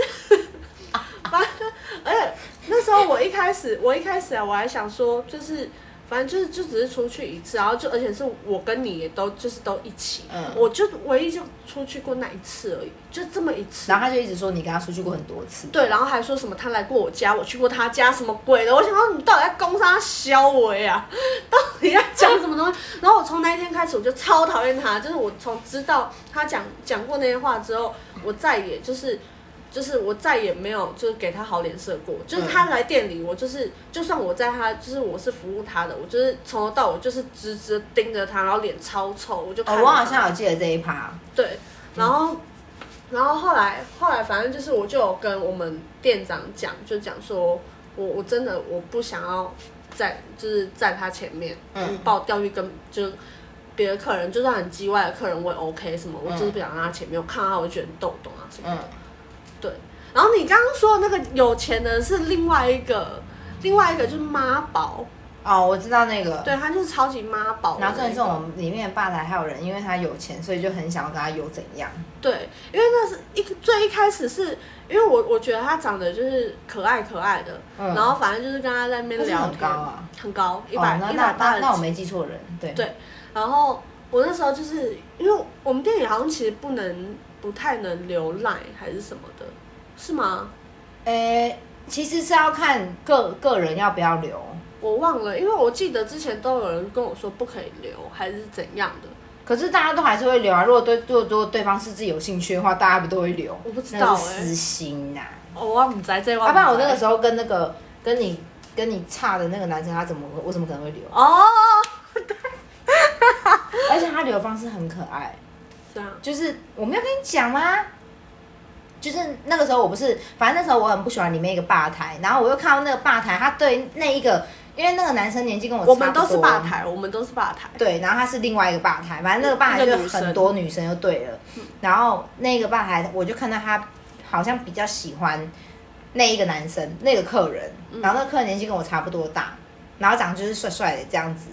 反正而且。那时候我一开始，我一开始啊，我还想说，就是反正就是就只是出去一次，然后就而且是我跟你也都就是都一起，嗯，我就唯一就出去过那一次而已，就这么一次。 然后他就一直说你跟他出去过很多次， 对，然后还说什么他来过我家，我去过他家，什么鬼的？我想说你到底在攻杀小我呀？到底在讲什么东西？然后我从那一天开始我就超讨厌他，就是我从知道他讲讲过那些话之后，我再也就是。就是我再也没有就是给他好脸色过，就是他来店里，我就是就算我在他就是我是服务他的，我就是从头到尾就是直直盯着他，然后脸超臭，我就看、 哦。我好像有记得这一趴。 对，然后、嗯、然后后来后来反正就是我就有跟我们店长讲，就讲说我我真的我不想要在就是在他前面，嗯，把我调去跟就别的客人，就算很叽歪的客人我也 OK 什么，我就是不想让他前面，我看到他我就觉得很逗懂啊什么的。嗯，对，然后你刚刚说的那个有钱的是另外一个，另外一个就是妈宝哦，我知道那个， 对，他就是超级妈宝。 然后这种里面的吧台还有人，因为他有钱，所以就很想要跟他有怎样。 对，因为那是一最一开始是因为我我觉得他长得就是可爱可爱的，嗯、然后反正就是跟他在那边聊天， 很高啊， 很高，一百一百八。 那我没记错人，对对。然后我那时候就是因为我们店里好像其实不能。不太能留赖还是什么的，是吗？ 诶，其实是要看个个人要不要留， 我忘了，因为我记得之前都有人跟我说不可以留，还是怎样的。 可是大家都还是会留啊。如果对，如果如果对方是自己有兴趣的话，大家不都会留？ 我不知道、欸， 私心呐、啊。 我忘不在这，要、 啊、不然我那个时候跟那个跟你跟你差的那个男生，他怎么我怎么可能会留？ 哦， 对，而且他留的方式很可爱。就是我没有跟你讲吗？就是那个时候我不是，反正那时候我很不喜欢里面一个吧台，然后我又看到那个吧台，他对那一个，因为那个男生年纪跟我差不多， 我们都是吧台，我们都是吧台， 对，然后他是另外一个吧台，反正那个吧台就很多女生就对了，然后那个吧台我就看到他好像比较喜欢那一个男生，那个客人，然后那个客人年纪跟我差不多大，然后长得就是帅帅的这样子。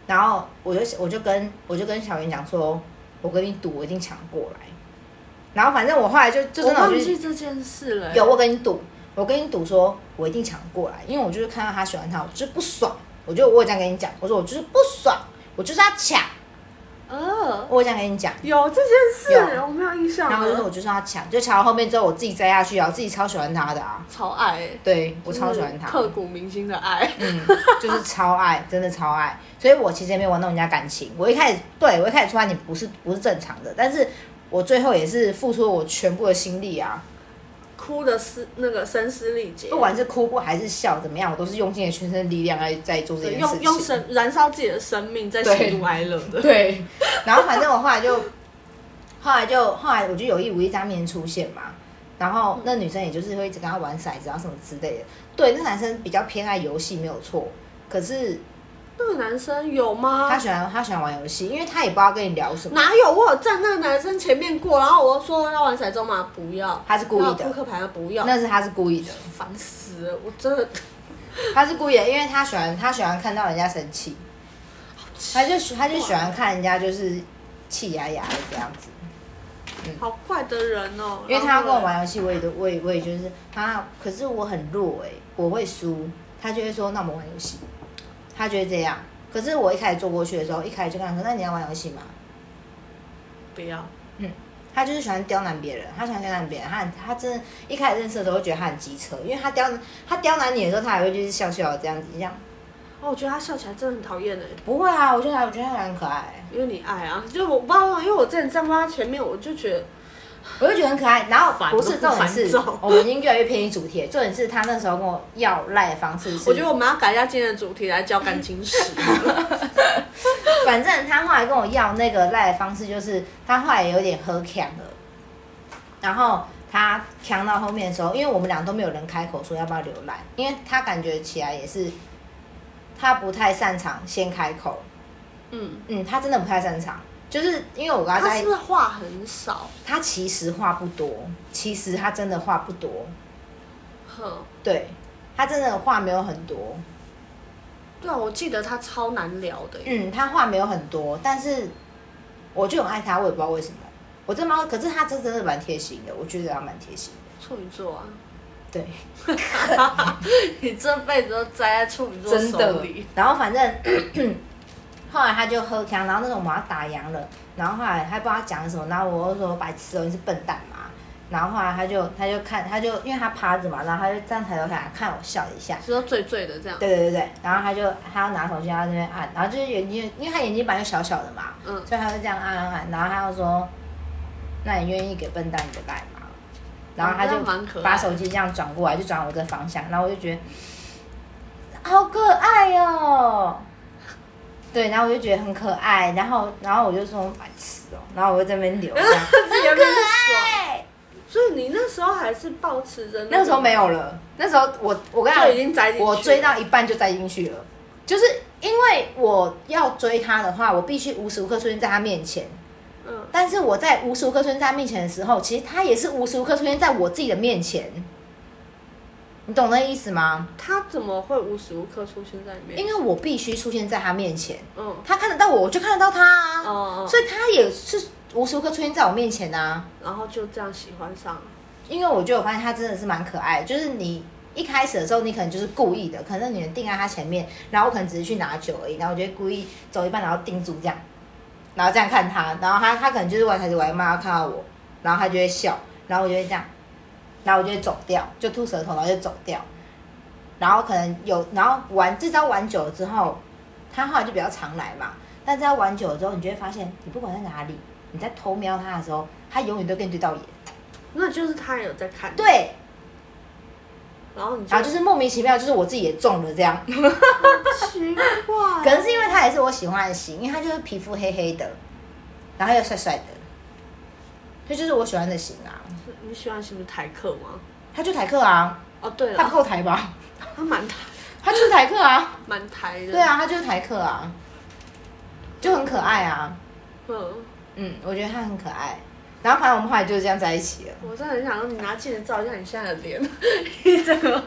然后我就我就跟我就跟小云讲说，我跟你赌，我一定抢过来。然后反正我后来就就真的我忘记这件事了。 有我跟你赌，我跟你赌说，我一定抢过来，因为我就是看到他喜欢他，我就是不爽，我就我有这样跟你讲，我说我就是不爽，我就是要抢。 呃， 我有这样跟你讲， 有这件事，我没有印象。 然后我就说我就是要抢，就抢到后面之后，我自己栽下去啊，我自己超喜欢他的啊， 超爱、欸， 对我超喜欢他， 刻骨铭心的爱， 嗯，就是超爱，真的超爱。所以我其实也没有玩弄人家感情，我一开始对我一开始出发点不是不是正常的，但是我最后也是付出了我全部的心力啊。 哭的是那个声嘶力竭， 不管是哭不还是笑怎么样，我都是用尽了全身的力量来在做这件事情， 用用生燃烧自己的生命在喜怒哀乐的。 对，然后反正我后来就，后来就后来我就有意无意在他面前出现嘛，然后那女生也就是会一直跟他玩骰子啊什么之类的。对，那男生比较偏爱游戏没有错，可是那个男生有吗？ 他喜欢他喜欢玩游戏，因为他也不知道跟你聊什么。 哪有？我有站那个男生前面过，然后我说要玩骰子吗？不要。 他是故意的。 扑克牌他不要。 那是他是故意的。 烦死了，我真的。 他是故意的，因为他喜欢他喜欢看到人家生气，他就他就喜欢看人家就是气牙牙的这样子。 嗯，好怪的人哦。 因为他要跟我玩游戏，我也都我也我也就是他，可是我很弱哎、欸，我会输，他就会说那我们玩游戏。他就会这样，可是我一开始坐过去的时候，一开始就跟他说：“那你要玩游戏吗？” 不要。 嗯，他就是喜欢刁难别人，他喜欢刁难别人，他他真的，一开始认识的时候会觉得他很机车，因为他刁他刁难你的时候，他还会就是笑笑的这样子这样。 哦，我觉得他笑起来真的很讨厌哎。 不会啊，我觉得我觉得他很可爱、欸。 因为你爱啊，就我不知道，因为我之前站在他前面，我就觉得。 我就觉得很可爱，然后不是重点是，我们已经越来越偏离主题了。重点是他那时候跟我要赖的方式是， 我觉得我们要改一下今天的主题来教感情史。 反正他后来跟我要那个赖的方式，就是他后来有点喝呛了，然后他呛到后面的时候，因为我们俩都没有人开口说要不要留赖，因为他感觉起来也是他不太擅长先开口，嗯嗯，他真的不太擅长。就是因为我跟他在， 他是不是话很少？ 他其实话不多，其实他真的话不多。哼，对，他真的话没有很多。 对啊，我记得他超难聊的。 嗯，他话没有很多，但是我就很爱他，我也不知道为什么。我这猫，可是他真的蛮贴心的，我觉得他蛮贴心的。 处女座啊。 对。 你这辈子都栽在处女座手里。 然后反正。后来他就喝呛，然后那种我们要打烊了，然后后来他不知道他讲什么，然后我就说白痴哦，你是笨蛋嘛。然后后来他就他就看他就因为他趴着嘛，然后他就这样抬头看看我笑了一下， 是说醉醉的这样。 对对对对，然后他就他要拿手机在那边按，然后就是眼睛，因为他眼睛本来就小小的嘛，嗯，所以他就这样按按按，然后他就说，那你愿意给笨蛋你的赖吗？然后他就把手机这样转过来，就转我这方向，然后我就觉得好可爱哦。对，然后我就觉得很可爱，然后然后我就说白痴哦，然后我就在那边流，很可爱。所以你那时候还是抱持着那个时候没有了，那时候我我跟他就已经栽进去了， 我追到一半就栽进去了，就是因为我要追他的话，我必须无时无刻出现在他面前。嗯，但是我在无时无刻出现在他面前的时候，其实他也是无时无刻出现在我自己的面前。你懂那意思吗？ 他怎么会无时无刻出现在你面前？ 因为我必须出现在他面前，嗯，他看得到我，我就看得到他啊，哦，所以他也是无时无刻出现在我面前啊， 然后就这样喜欢上了。 因为我就有发现他真的是蛮可爱的，就是你一开始的时候，你可能就是故意的，可能女人定在他前面，然后我可能只是去拿酒而已，然后我就会故意走一半，然后定住这样，然后这样看他，然后他他可能就是玩台子玩一半，他看到我，然后他就会笑，然后我就会这样。然后我就会走掉，就吐舌头，然后就走掉。然后可能有，然后玩这招玩久了之后，他后来就比较常来嘛。但这招玩久了之后，你就会发现，你不管在哪里，你在偷瞄他的时候，他永远都跟你对到眼。 那就是他有在看。 对。 然后你就， 然后就是莫名其妙，就是我自己也中了这样。 奇怪。 可能是因为他也是我喜欢的型，因为他就是皮肤黑黑的，然后又帅帅的，这就是我喜欢的型啊。 你喜欢是不是台客吗？ 他就台客啊。 哦，对了。 他不够台吧？ 他蛮台。 他就是台客啊。 蛮台的。 对啊，他就是台客啊，就很可爱啊。嗯。嗯，我觉得他很可爱。然后反正我们后来就这样在一起了。 我真的很想让你拿镜子照一下你现在的脸，你这个。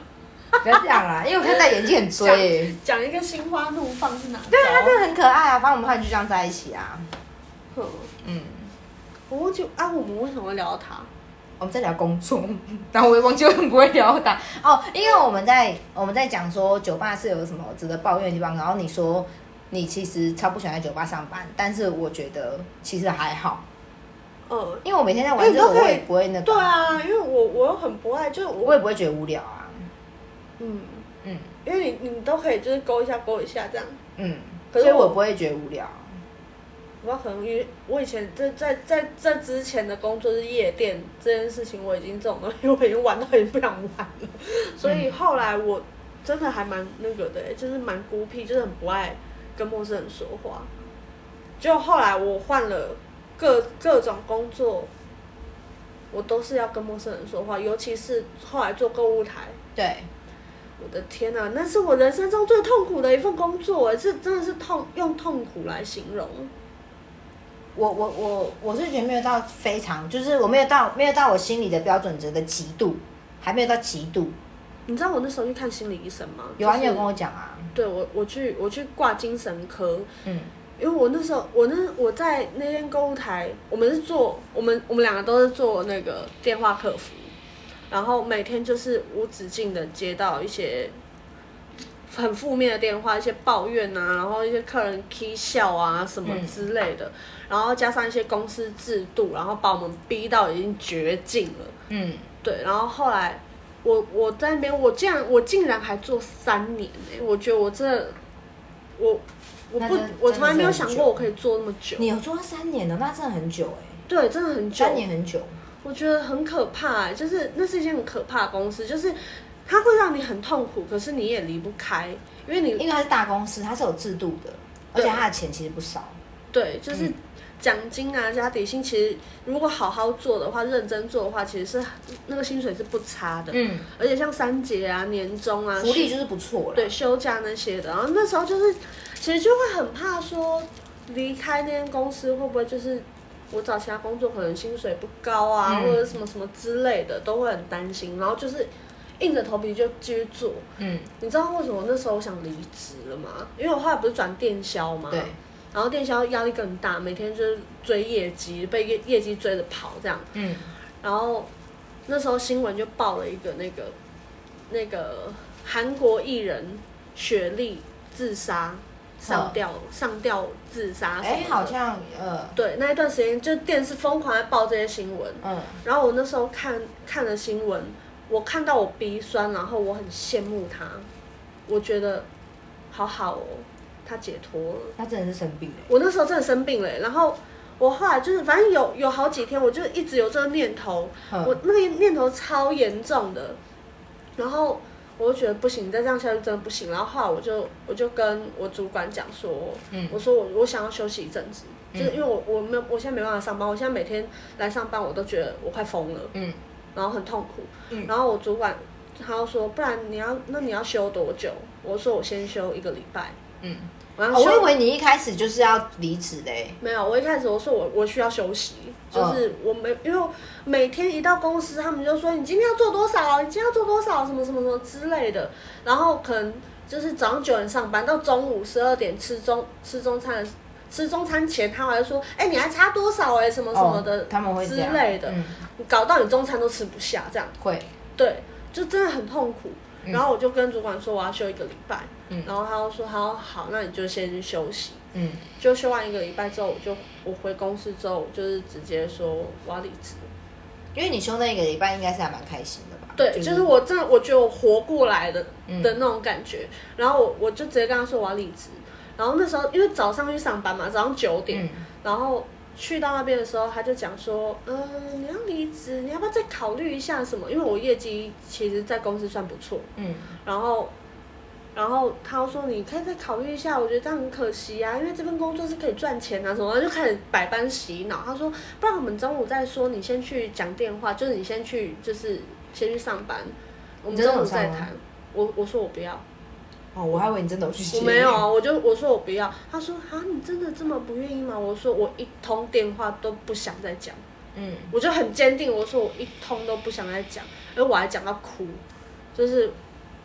不要这样啦，因为我看戴眼镜很追。 讲一个心花怒放是哪？ 对啊，他真的很可爱啊，反正我们后来就这样在一起啊。嗯， 我忘记啊，我们为什么会聊到他？ 我们在聊工作，然后我也忘记为什么不会聊他哦，因为我们在我们在讲说酒吧是有什么值得抱怨的地方，然后你说你其实超不喜欢在酒吧上班，但是我觉得其实还好。嗯，因为我每天在玩这个，我也不会那个。 对啊，因为我我又很不爱，就是我我也不会觉得无聊啊。 嗯嗯，因为你你都可以就是勾一下勾一下这样。嗯， 所以我不会觉得无聊。 我可能因为我以前在在在在之前的工作是夜店这件事情，我已经这种东西我已经玩到已经不想玩了，所以后来我真的还蛮那个的、欸，就是蛮孤僻，就是很不爱跟陌生人说话。就后来我换了各各种工作，我都是要跟陌生人说话，尤其是后来做购物台。 对。 我的天哪、啊，那是我人生中最痛苦的一份工作、欸，是真的是痛用痛苦来形容。 我我我我是觉得没有到非常，就是我没有到没有到我心里的标准值的极度，还没有到极度。 你知道我那时候去看心理医生吗？ 有啊，就是、你有跟我讲啊。 对，我我去我去挂精神科，嗯，因为我那时候我那我在那间购物台，我们是做我们我们两个都是做那个电话客服，然后每天就是无止境的接到一些很负面的电话，一些抱怨啊，然后一些客人起笑啊什么之类的。嗯，然后加上一些公司制度，然后把我们逼到已经绝境了。嗯，对。然后后来我我在那边，我竟然我竟然还做三年哎、欸！我觉得我真的，我我不我从来没有想过我可以做那么久。 你有做到三年了，那真的很久哎、欸。 对，真的很久。 三年很久。 我觉得很可怕哎、欸，就是那是一间很可怕的公司，就是它会让你很痛苦，可是你也离不开，因为你因为它是大公司，它是有制度的，而且它的钱其实不少。 对，就是。嗯，奖金啊，加底薪，其实如果好好做的话，认真做的话，其实是那个薪水是不差的。嗯，而且像三节啊、年终啊， 福利就是不错了。 对，休假那些的，然后那时候就是，其实就会很怕说离开那间公司会不会就是我找其他工作可能薪水不高啊，嗯、或者什么什么之类的，都会很担心。然后就是硬着头皮就继续做。嗯，你知道为什么那时候我想离职了吗？因为我后来不是转电销嘛。对。然后电销压力更大，每天就是追业绩，被业业绩追着跑这样。嗯。然后那时候新闻就报了一个那个那个韩国艺人雪莉自杀，上吊、嗯、上吊自杀。 哎，好像呃。 对，那一段时间就电视疯狂在报这些新闻。嗯。然后我那时候看看了新闻，我看到我鼻酸，然后我很羡慕他，我觉得好好哦。他解脱了， 他真的是生病了。 我那时候真的生病了，然后我后来就是反正有有好几天，我就一直有这个念头，嗯、我那个念头超严重的，然后我就觉得不行，再这样下去真的不行。然后后来我就我就跟我主管讲说，嗯、我说我我想要休息一阵子，嗯、就是因为我我没有我现在没办法上班，我现在每天来上班我都觉得我快疯了，嗯，然后很痛苦，嗯、然后我主管他就说，不然你要那你要休多久？我说我先休一个礼拜，嗯。 哦、我以为你一开始就是要离职嘞。 没有，我一开始我说我我需要休息，就是我没因为每天一到公司，他们就说你今天要做多少，你今天要做多少，什么什么什么之类的。然后可能就是早上九点上班，到中午十二点吃中吃中餐的，吃中餐前他还说，哎、欸，你还差多少哎、欸，什么什么的，哦、 他们会之类的，嗯、搞到你中餐都吃不下，这样会， 对，就真的很痛苦。嗯、然后我就跟主管说我要休一个礼拜。嗯、然后他就说好好，那你就先去休息。嗯，就休完一个礼拜之后，我就我回公司之后，我就是直接说我要离职。 因为你休那一个礼拜，应该是还蛮开心的吧？ 对，就是、就是我真的我觉得我活过来的、嗯、的那种感觉。然后我我就直接跟他说我要离职。然后那时候因为早上去上班嘛，早上九点，嗯、然后去到那边的时候，他就讲说，嗯、呃，你要离职，你要不要再考虑一下什么？因为我业绩其实在公司算不错。嗯，然后。然后他说：“你可以再考虑一下，我觉得这样很可惜啊，因为这份工作是可以赚钱啊什么的。”就开始百般洗脑。他说：“不然我们中午再说，你先去讲电话，就是你先去，就是先去上班，我们中午再谈。”我我说我不要。 哦，我还以为你真的有去接。 我没有啊，我就我说我不要。他说：“啊，你真的这么不愿意吗？”我说：“我一通电话都不想再讲。”嗯，我就很坚定，我说我一通都不想再讲，而我还讲到哭，就是。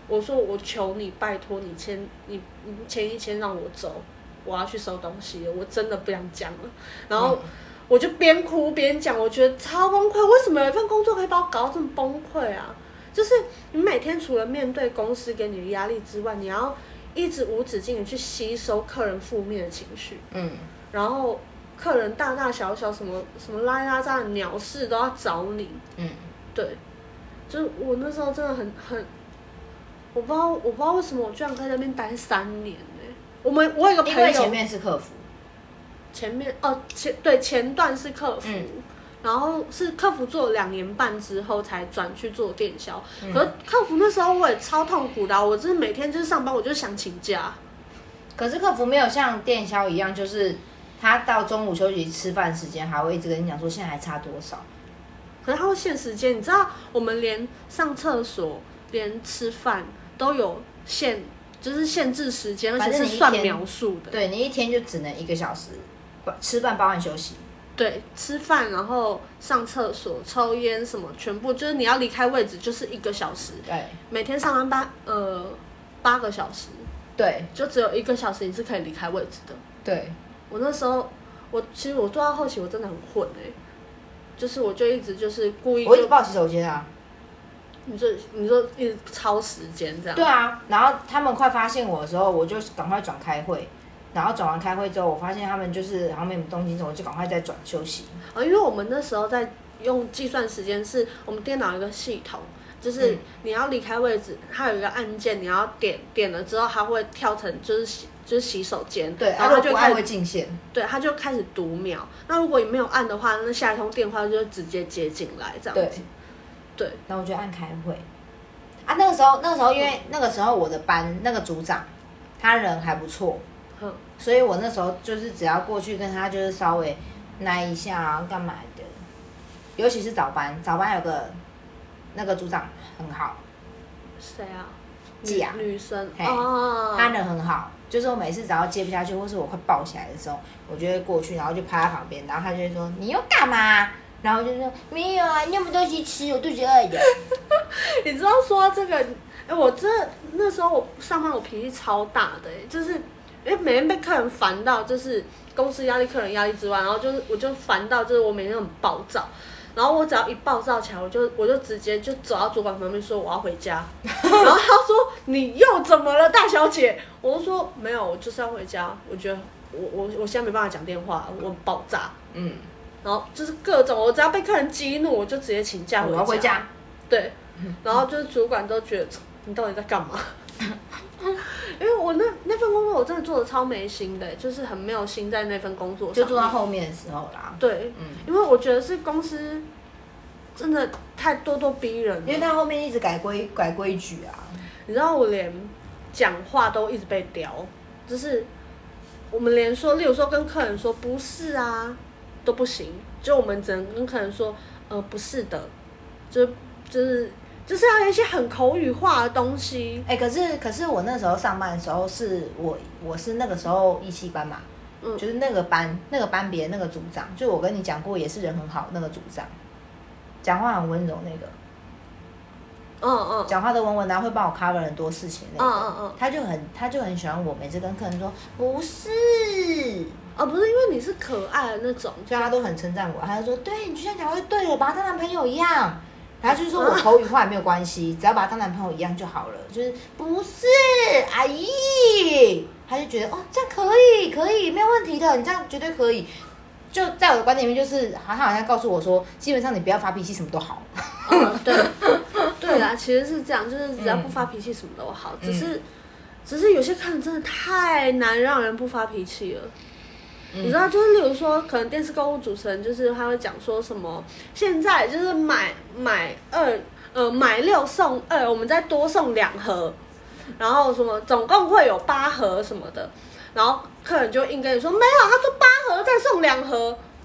我说我求你，拜托你签你你签一签让我走，我要去收东西了，我真的不想讲了。然后我就边哭边讲，我觉得超崩溃，为什么有一份工作可以把我搞到这么崩溃啊？就是你每天除了面对公司给你的压力之外，你要一直无止境的去吸收客人负面的情绪，嗯，然后客人大大小小什么什么拉拉杂的鸟事都要找你，嗯，对，就是我那时候真的很很，我不知道我不知道为什么我居然在那边待三年呢、欸。我们我有一个朋友，因为前面是客服， 前面哦前对前段是客服。嗯，然后是客服做了两年半之后才转去做电销，嗯、可是客服那时候我也超痛苦的、啊，我就是每天就是上班，我就想请假。 可是客服没有像电销一样，就是他到中午休息吃饭时间，还会一直跟你讲说现在还差多少。 可是他会限时间，你知道我们连上厕所、连吃饭都有限，就是限制时间，而且是算描述的。 对，你一天就只能一个小时，吃饭包含休息。 对，吃饭，然后上厕所、抽烟什么，全部就是你要离开位置就是一个小时。 对， 每天上班八呃八个小时。 对， 就只有一个小时你是可以离开位置的。 对， 我那时候，我其实我做到后期我真的很混哎、欸，就是我就一直就是故意， 我一直报洗手间啊。 你说你说一直超时间这样？ 对啊，然后他们快发现我的时候，我就赶快转开会。然后转完开会之后，我发现他们就是好像没什么动静之后，我就赶快再转休息。 啊，因为我们那时候在用计算时间，是我们电脑有一个系统，就是你要离开位置，它有一个按键，你要点点了之后，它会跳成就是洗就是洗手间， 对， 然后它就开始会进线， 对，它就开始读秒。那如果你没有按的话，那下一通电话就直接接进来这样子。对，对。 然后我就按开会。啊，那个时候那个时候因为那个时候我的班那个组长，他人还不错。所以我那时候就是只要过去跟他就是稍微拉一下啊干嘛的，尤其是早班，早班有个那个组长很好。 谁啊？ 季啊， 女生哦， 他人很好，就是我每次只要接不下去，或是我快爆起来的时候，我就会过去，然后就趴在旁边，然后他就会说你又干嘛？然后就说没有啊，你有没有东西吃？我肚子饿的。 你知道说这个，哎，我这那时候我上班我脾气超大的、欸，就是。因为每天被客人烦到，就是公司压力、客人压力之外，然后就是我就烦到，就是我每天很暴躁，然后我只要一暴躁起来，我就我就直接就走到主管旁边说我要回家，然后他说你又怎么了，大小姐？我就说没有，我就是要回家，我觉得我我我现在没办法讲电话，我很爆炸，嗯，然后就是各种，我只要被客人激怒，我就直接请假回家， 我要回家， 对，然后就是主管都觉得你到底在干嘛？因为我那那份工作我真的做的超没心的，就是很没有心在那份工作上， 就做到后面的时候啦。 对，嗯，因为我觉得是公司真的太咄咄逼人了， 因为他后面一直改规改规矩啊。 你知道我连讲话都一直被刁，就是我们连说，例如说跟客人说不是啊都不行，就我们只能跟客人说呃不是的，就就是。就是要有一些很口语化的东西。 哎、欸，可是可是我那时候上班的时候是我我是那个时候一期班嘛，嗯，就是那个班那个班别那个组长，就我跟你讲过也是人很好那个组长，讲话很温柔那个，嗯嗯，讲话都温文，然后会帮我 cover 很多事情那个，嗯嗯嗯，他就很他就很喜欢我，每次跟客人说不是， 哦不是因为你是可爱的那种， 所以他都很称赞我，他就说对你就像讲话就对了，把他当男朋友一样。他就是说我口语化也没有关系，只要把他当男朋友一样就好了。就是不是阿姨，他就觉得哦这样可以可以没有问题的，你这样绝对可以。就在我的观点里面，就是他好像告诉我说，基本上你不要发脾气，什么都好。 嗯、对对啦，其实是这样，就是只要不发脾气，什么都好。嗯、只是只是有些客人真的太难让人不发脾气了。你知道，就是例如说，可能电视购物主持人就是他会讲说什么，现在就是买买二呃买六送二，我们再多送两盒，然后什么总共会有八盒什么的，然后客人就硬跟你说没有，他说八盒再送两盒，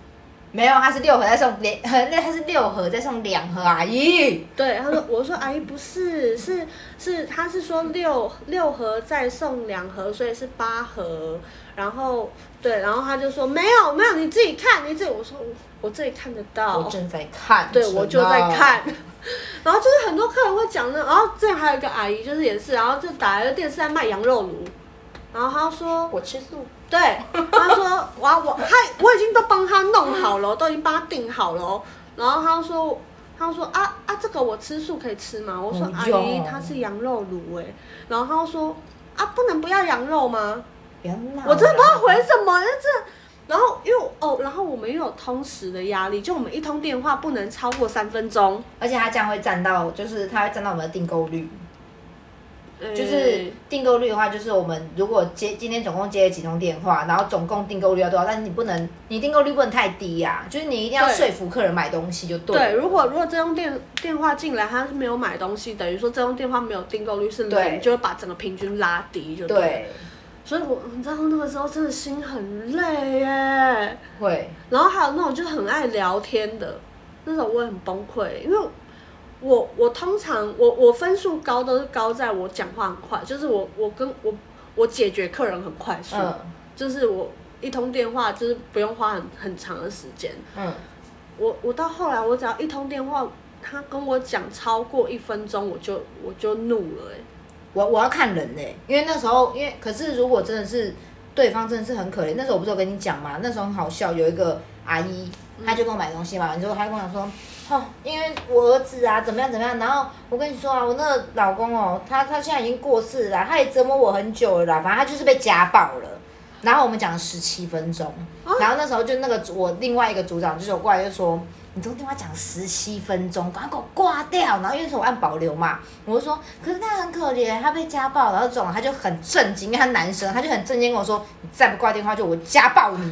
没有，他是六盒再送连，那他是六盒再送两盒阿姨。 对，他说，我说阿姨不是，是是，他是说六六盒再送两盒，所以是八盒。然后对，然后他就说没有没有，你自己看，你自己。我说我我这里看得到， 我正在看， 对，我就在看。然后就是很多客人会讲那，然后这还有一个阿姨，就是也是，然后就打来个电视在卖羊肉炉，然后他说我吃素。 对，他说我我他我已经都帮他弄好了，都已经帮他订好了。然后他说他说啊啊，这个我吃素可以吃吗？我说阿姨，它是羊肉炉哎。然后他说啊，不能不要羊肉吗？我真的不知道回什么，这。然后因为哦，然后我们又有通时的压力，就我们一通电话不能超过三分钟， 而且他这样会占到，就是他会占到我们的订购率。就是订购率的话，就是我们如果接今天总共接了几通电话，然后总共订购率要多少，但是你不能，你订购率不能太低呀、啊，就是你一定要说服客人买东西就对了。 对，如果如果这通电电话进来他是没有买东西，等于说这通电话没有订购率是零，就会把整个平均拉低就对了。对，所以我你知道那个时候真的心很累耶。 会。 然后还有那种就很爱聊天的，那种我也很崩溃，因为。我我通常我我分数高都是高在我讲话很快，就是我我跟我我解决客人很快速，嗯、就是我一通电话就是不用花很很长的时间。嗯，我我到后来我只要一通电话，他跟我讲超过一分钟，我就我就怒了哎、欸。 我我要看人哎、欸，因为那时候因为可是如果真的是对方真的是很可怜，那时候我不是有跟你讲嘛，那时候很好笑，有一个阿姨，她就跟我买东西嘛，之后她就跟我讲说。哦，因为我儿子啊，怎么样怎么样，然后我跟你说啊，我那个老公哦，他他现在已经过世了，他也折磨我很久了啦，反正他就是被家暴了。然后我们讲了十七分钟，然后那时候就那个我另外一个组长就是有过来就说，你这个电话讲十七分钟，赶快给我挂掉。然后因为是我按保留嘛，我就说，可是他很可怜，他被家暴，然后这种他就很震惊，因为他男生，他就很震惊跟我说，你再不挂电话就我家暴你。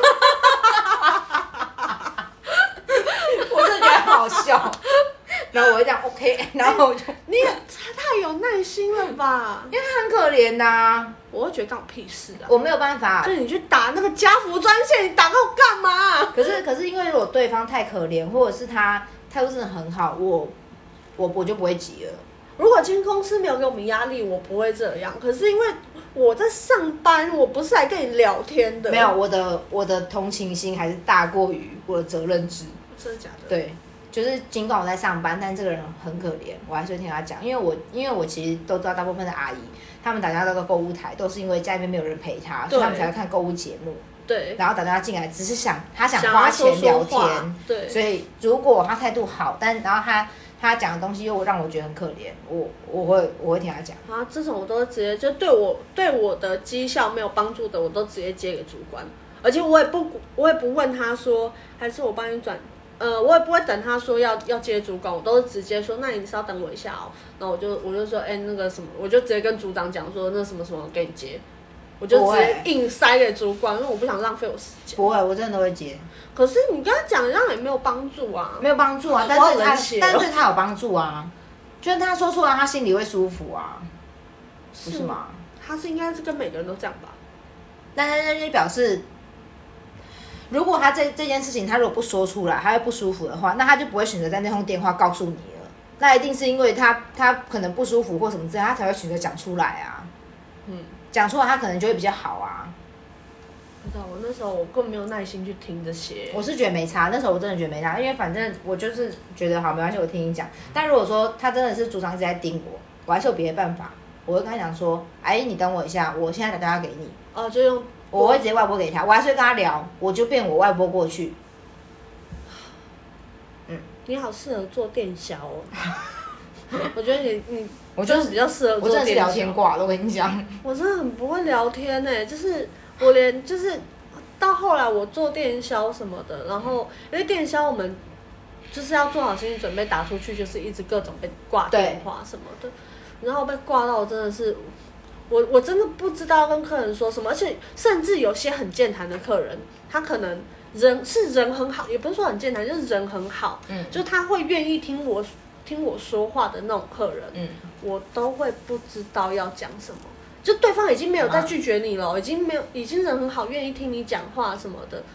好笑，然后我就讲 OK， 然后我就、欸、 你也太有耐心了吧？ 因为他很可怜呐、啊， 我会觉得干我屁事啊！ 我没有办法， 就你去打那个家福专线，你打给我干嘛？ 可是可是因为如果对方太可怜，或者是他态度真的很好，我我我就不会急了。 如果今天公司没有给我们压力，我不会这样。可是因为我在上班，我不是来跟你聊天的。 没有，我的我的同情心还是大过于我的责任制。 真的假的？ 对。就是尽管我在上班，但这个人很可怜，我还是会听他讲，因为我因为我其实都知道大部分的阿姨，他们打电话到个购物台，都是因为家里面没有人陪他，所以他们才会看购物节目。 对。 然后打电话进来，只是想他想花钱聊天， 说说对。 所以如果他态度好，但然后他他讲的东西又让我觉得很可怜，我我会我会听他讲。 啊，这种我都直接就对我对我的绩效没有帮助的，我都直接接给主管，而且我也不我也不问他说，还是我帮你转。呃，我也不会等他说要要接主管，我都是直接说，那你稍等我一下哦。然后我就我就说，哎、欸，那个什么，我就直接跟组长讲说，那什么什么给你接，我就直接硬塞给主管，因为我不想浪费我时间。 不会，我真的都会接。 可是你跟他讲，这样也没有帮助啊。 没有帮助啊，但对他，但对他有帮助啊，就是他说出来，他心里会舒服啊，不是吗？ 他是应该是跟每个人都这样吧？ 但那就表示。如果他这这件事情他如果不说出来，他会不舒服的话，那他就不会选择在那通电话告诉你了。那一定是因为他他可能不舒服或什么之类，他才会选择讲出来啊。嗯，讲出来他可能就会比较好啊。 不知道，我那时候我根本没有耐心去听这些。 我是觉得没差，那时候我真的觉得没差，因为反正我就是觉得好没关系，我听你讲。但如果说他真的是组长一直在盯我，我还是有别的办法，我会跟他讲说，阿姨你等我一下，我现在打电话给你。 哦，就用。 我会直接外拨给他，我还是会跟他聊，我就变我外拨过去。 嗯，你好适合做电销哦。我觉得你你，我就是比较适合做电销。 我真的是聊天挂的，我跟你讲。 我真的很不会聊天呢、欸，就是我连就是到后来我做电销什么的，然后因为电销我们就是要做好心理准备，打出去就是一直各种被挂电话什么的，然后被挂到真的是。我我真的不知道跟客人说什么，而且甚至有些很健谈的客人，他可能人是人很好，也不是说很健谈，就是人很好，嗯，就他会愿意听我听我说话的那种客人，嗯，我都会不知道要讲什么，就对方已经没有在拒绝你了，啊、已经没有，已经人很好，愿意听你讲话什么的，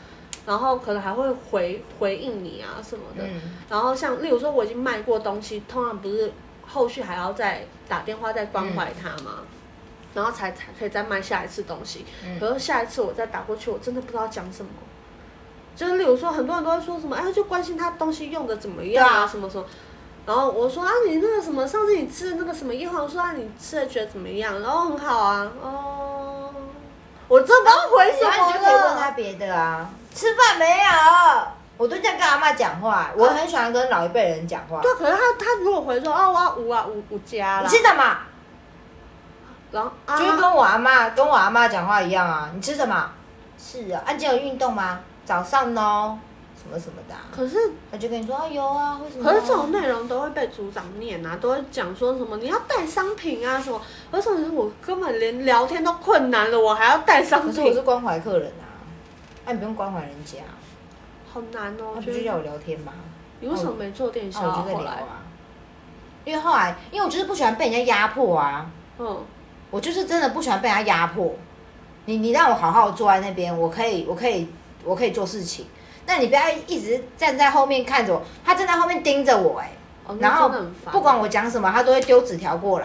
然后可能还会回回应你啊什么的。 嗯、 然后像例如说我已经卖过东西，通常不是后续还要再打电话再关怀他吗？嗯、然后才才可以再卖下一次东西。嗯、可是下一次我再打过去，我真的不知道讲什么。就是例如说，很多人都会说什么，哎，就关心他东西用的怎么样啊，什么什么。然后我说啊，你那个什么，上次你吃的那个什么叶黄素啊，你吃的觉得怎么样？然后很好啊，哦，我真的不知道回什么了。 你就可以问他别的啊，吃饭没有？我都这样跟阿嬷讲话，我很喜欢跟老一辈人讲话。 对，可是他他如果回说哦，我要五啊五五加啦， 你吃什么？ 然后啊， 就是跟我阿嬷跟我阿嬷讲话一样啊，你吃什么？是啊，啊，你今天有运动吗？早上哦。什么什么的、啊， 可是他就跟你说啊有啊，为什么、啊？ 可是这种内容都会被组长念啊，都会讲说什么你要带商品啊什么，而且我根本连聊天都困难了，我还要带商品。 可是我是关怀客人啊，啊你不用关怀人家， 好难哦。 他不就叫我聊天吗？ 你为什么没做电销、啊？ 我就在聊啊，因为后来因为我就是不喜欢被人家压迫啊，嗯，我就是真的不喜欢被人家压迫。你你让我好好坐在那边，我可以我可以我可以做事情。但你不要一直站在后面看着我，他站在后面盯着我哎、欸，哦、然后不管我讲什么，他都会丢纸条过来。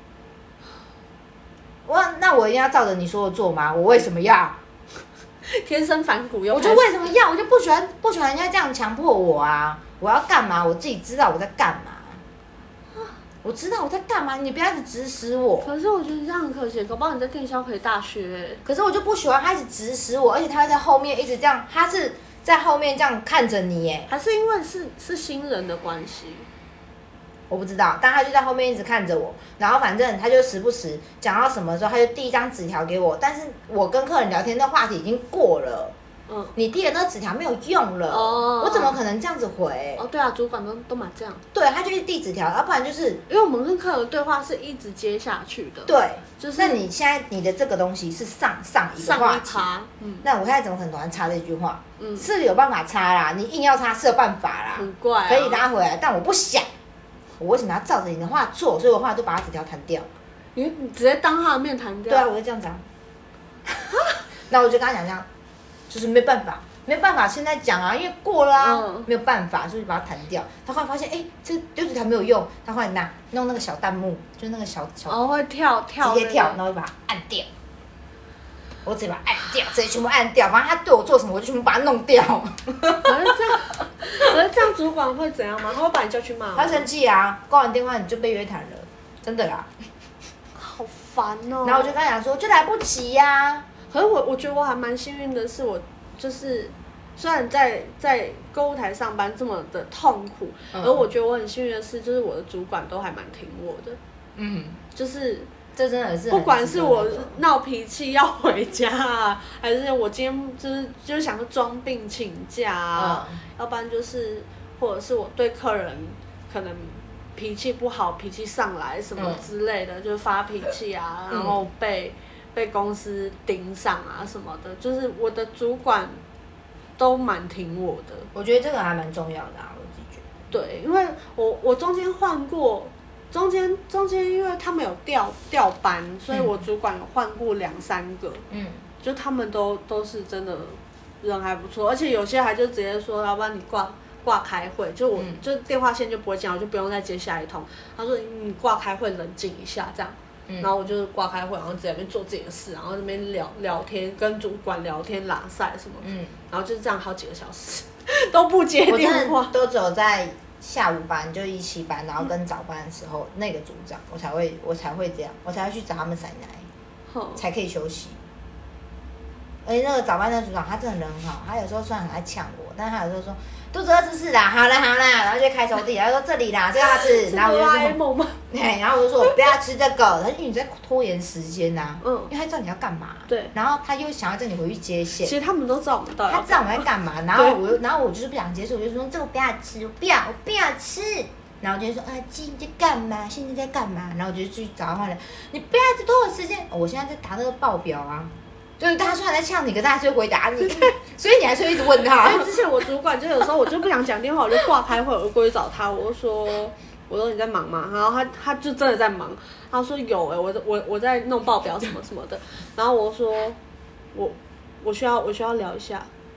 我那我一定要照着你说的做吗？我为什么要？ 天生反骨又。 我就为什么要？我就不喜欢不喜欢人家这样强迫我啊！我要干嘛？我自己知道我在干嘛。我知道我在干嘛，你不要一直指使我。 可是我觉得这样很可惜，搞不好你在电销可以大学、欸。 可是我就不喜欢他一直指使我，而且他会在后面一直这样，他是在后面这样看着你耶。 还是因为是是新人的关系？ 我不知道，但他就在后面一直看着我，然后反正他就时不时讲到什么时候，他就递一张纸条给我，但是我跟客人聊天的话题已经过了。嗯，你递的那个纸条没有用了，哦，我怎么可能这样子回？ 哦，对啊，主管都都蛮这样。 对，他就是递纸条，要不然就是因为我们跟客人的对话是一直接下去的。 对，就是那你现在你的这个东西是上上一个话题，嗯，那我现在怎么可能突然插这句话？嗯，是有办法插啦，你硬要插是有办法啦， 很怪、啊， 可以拉回来，但我不想，我为什么要照着你的话做？所以我后来都把他纸条弹掉。 你你直接当他的面弹掉？ 对啊，我就这样子啊。那我就跟他讲这样，就是没办法。没办法，现在讲啊，因为过了啊，嗯、没有办法，所以把它弹掉。他后来发现，哎、欸，这丢纸条没有用，他后来拿弄那个小弹幕，就是那个小小哦会跳跳， 直接跳，然后就把它按掉。我直接把它按掉，直接全部按掉。反正他对我做什么，我就全部把它弄掉。 可是这样，可是这样主管会怎样吗？他会把你叫去骂吗？ 他生气啊！挂完电话你就被约谈了，真的啦。 好烦哦。 然后我就跟他讲说，就来不及呀、啊。 可是我我觉得我还蛮幸运的是我。就是虽然在在购物台上班这么的痛苦，嗯、而我觉得我很幸运的是，就是我的主管都还蛮挺我的。嗯，就是这真的是不管是我闹脾气要回家啊，还是我今天就是就是想说装病请假啊，嗯、要不然就是或者是我对客人可能脾气不好，脾气上来什么之类的，嗯、就是发脾气啊，然后被。被公司盯上啊什么的，就是我的主管都蛮挺我的。 我觉得这个还蛮重要的啊，我自己觉得。对，因为我我中间换过，中间中间因为他们有调调班，所以我主管有换过两三个。嗯，就他们都都是真的人还不错，而且有些还就直接说，要不然你挂挂开会，就我、嗯、就电话线就不会讲，我就不用再接下一通。他说你挂开会冷静一下这样。嗯、然后我就挂开会，然后在那边做自己的事，然后那边聊聊天，跟主管聊天、拉赛什么，嗯，然后就是这样好几个小时都不接电话， 都只有在下午班就一期班，然后跟早班的时候、嗯、那个组长我才会我才会这样，我才会去找他们塞奶，嗯、才可以休息。而且那个早班的组长他真的人很好，他有时候虽然很爱呛我，但是他有时候说肚子饿吃是啦，好啦好啦，然后就开抽屉，然后说这里啦，这个要吃，然后我就说，对，然后我就说我不要吃这个，他因为你在拖延时间呐、啊，嗯，因为他知道你要干嘛， 对， 然后他又想要叫你回去接线， 其实他们都知道我们到底， 他知道我们在干嘛，然后我又然后我就是不想接受，我就说这个不要吃，我不要我不要吃，然后我就说啊鸡你在干嘛？现在在干嘛？然后我就去找他换了，你不要一直拖我时间，我现在在打那个报表啊。就是他虽然在呛你，可是他还是会回答你，所以你还是会一直问他。 因为之前我主管就有时候我就不想讲电话，我就挂开会，我就过去找他，我就说，我说你在忙吗？然后他他就真的在忙，他说有哎、欸，我我我在弄报表什么什么的，然后我说我我需要我需要聊一下，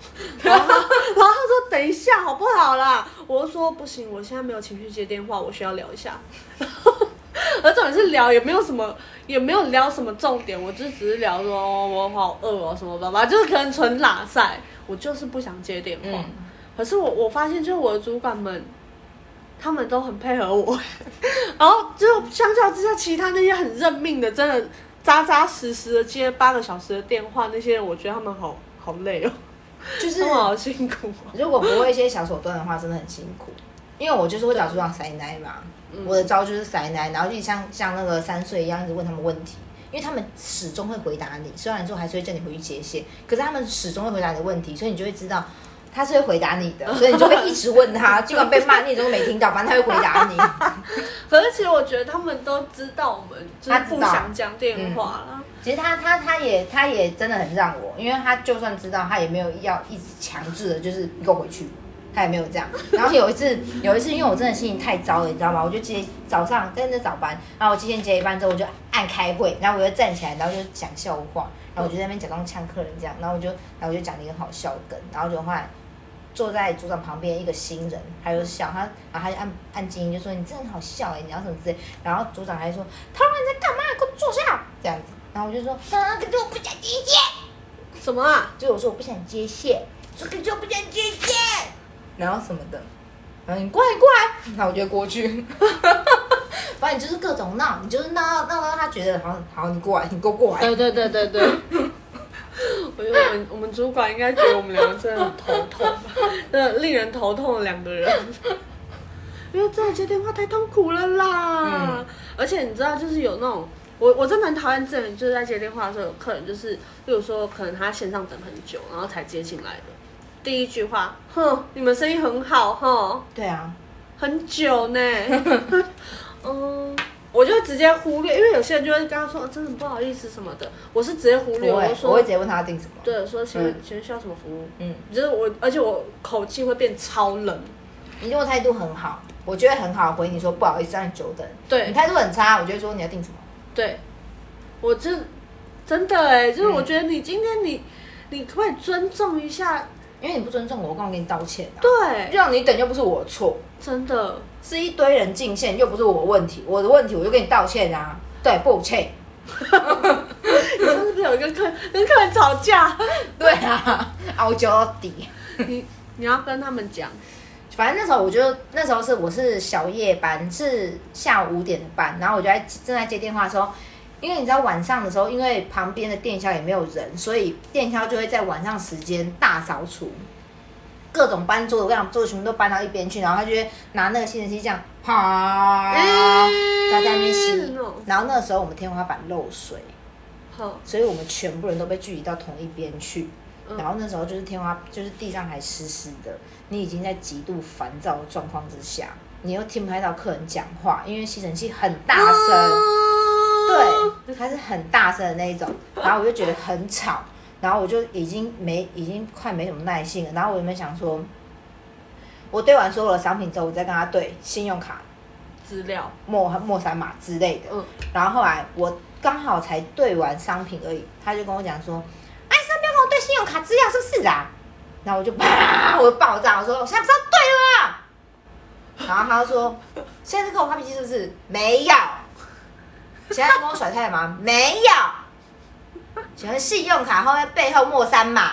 然后他然后他说等一下好不好啦，我就说不行，我现在没有情绪接电话，我需要聊一下。而重点是聊也没有什么，也没有聊什么重点，我就只是聊说、哦、我好饿哦什么的吧，就是可能纯拉塞，我就是不想接电话。嗯、可是我我发现就是我的主管们，他们都很配合我，然后就相较之下，其他那些很认命的，真的扎扎实实的接八个小时的电话，那些人我觉得他们好好累哦， 就是他们好辛苦、哦。 如果不会一些小手段的话，真的很辛苦。因为我就是会找组长塞奶嘛，嗯、我的招就是塞奶，然后就像像那个三岁一样，一直问他们问题，因为他们始终会回答你，虽然说还是会叫你回去接线，可是他们始终会回答你的问题，所以你就会知道他是会回答你的，所以你就会一直问他，尽管被骂你也都没听到，反正他会回答你。 可是其实我觉得他们都知道我们就是不想讲电话啦。嗯、 其实他他他也他也真的很让我，因为他就算知道，他也没有要一直强制的，就是你给我回去。他也没有这样，然后有一次，有一次，因为我真的心情太糟了，你知道吗？我就接早上在那早班，然后我今天接一班之后，我就按开会，然后我就站起来，然后就讲笑话，然后我就在那边假装呛客人这样，然后我就，然后我就讲了一个好笑的梗，然后就后来坐在组长旁边一个新人，他就笑，他然后他就按按静音就说你真的很好笑哎、欸，你要什么之类，然后组长还说他说你在干嘛？给我坐下这样子，然后我就说啊，可是我不想接线， 什么啊？ 就我说我不想接线，说可是我不想接线。然后什么的，然后你过来你过来，那我就过去。反正你就是各种闹，你就是闹闹到他觉得好好，你过来，你给我过来。 对对对对对。我觉得我们我们主管应该觉得我们两个真的很头痛，真的令人头痛的两个人。因为真的接电话太痛苦了啦，嗯、而且你知道，就是有那种我我真的很讨厌这种，就是在接电话的时候有客人就是，例如说可能他线上等很久，然后才接进来的。第一句话，哼，你们生意很好哈。 对啊， 很久呢。嗯，我就直接忽略，因为有些人就会跟他说，哦、真的不好意思什么的。我是直接忽略， 我会我说我会直接问他订什么。 对，说请问、嗯、请问需要什么服务？嗯，就是我，而且我口气会变超冷。 你如果态度很好，我就会很好回你说不好意思让你久等。 对， 你态度很差，我就会说你要订什么。 对，我这真的哎、欸，就是我觉得你今天你、嗯、你可不可以尊重一下？ 因为你不尊重我，我干嘛给你道歉啊？ 对， 让你等又不是我的错， 真的是一堆人进线，又不是我的问题，我的问题我就跟你道歉啊，对，抱歉。 你上次不是有一个客跟客人吵架？ 对啊，熬到底。 你你要跟他们讲， 反正那时候我就那时候是我是小夜班，是下午五点的班，然后我就在正在接电话的时候。因为你知道晚上的时候，因为旁边的电销也没有人，所以电销就会在晚上时间大扫除，各种搬桌子、各种桌子全部都搬到一边去，然后他就会拿那个吸尘器这样，啪，在在那边吸。然后那个时候我们天花板漏水，所以我们全部人都被聚集到同一边去。然后那时候就是天花，就是地上还湿湿的，你已经在极度烦躁的状况之下，你又听不太到客人讲话，因为吸尘器很大声。对，它是很大声的那一种，然后我就觉得很吵，然后我就已经没，已经快没什么耐性了。然后我原本想说，我对完所有的商品之后，我再跟他对信用卡资料、 末末三码之类的。嗯。然后后来我刚好才对完商品而已，他就跟我讲说：“哎，上面跟我对信用卡资料是不是啊？”然后我就啪，我就爆炸，我说：“我现在不是要对了吗？”然后他就说：“现在是跟我发脾气是不是？”没有。现在跟我甩太吗？没有。请问信用卡后面背后末三码。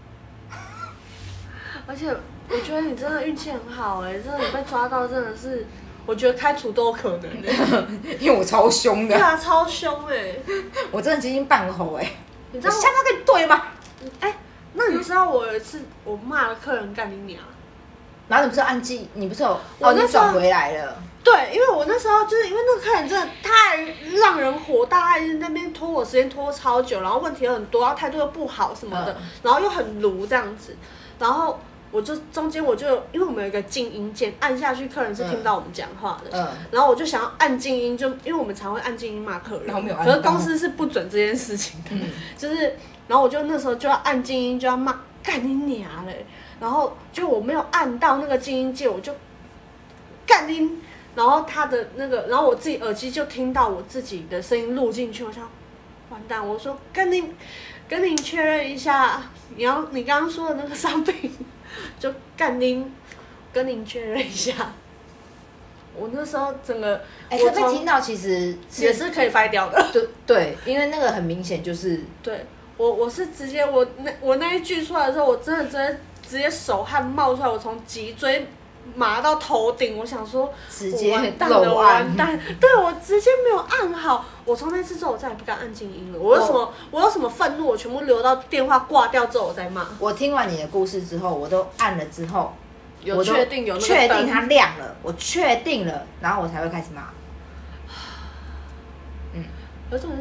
而且我觉得你真的运气很好哎、欸，真的你被抓到真的是，我觉得开除都有可能哎、 欸，因为我超凶的。 对啊，超凶哎、欸， 我真的接近半吼哎、欸。 你知道我下次跟你对吗？ 哎、欸，那你知道我有一次我骂了客人干你娘， 然后你不是按记，你不是有哦，你转回来了。 对，因为我那时候就是因为那个客人真的太让人火大，他在那边拖我时间拖超久，然后问题又很多，然后态度又不好什么的，嗯、然后又很鲁这样子，然后我就中间我就因为我们有一个静音键，按下去客人是听不到我们讲话的，嗯、然后我就想要按静音，就因为我们常会按静音骂客人，可是公司是不准这件事情的，嗯、就是然后我就那时候就要按静音，就要骂干你娘嘞，然后就我没有按到那个静音键，我就干你。然后他的那个，然后我自己耳机就听到我自己的声音录进去，我想， 完蛋！我说跟你跟您确认一下，你要你刚刚说的那个商品，就干您跟您确认一下。我那时候整个， 哎、欸，被听到其实也是可以掰掉的。 对对，因为那个很明显就是， 对我我是直接我那我那一句出来的时候，我真的直接直接手汗冒出来，我从脊椎麻到头顶，我想说直接完蛋了，完蛋！对我直接没有按好，我从那次之后我再也不敢按静音了。我有什么我有什么愤怒，我全部留到电话挂掉之后我再骂。 我听完你的故事之后，我都按了之后。 有确定有那个确定它亮了，我确定了，然后我才会开始骂。嗯， 有种。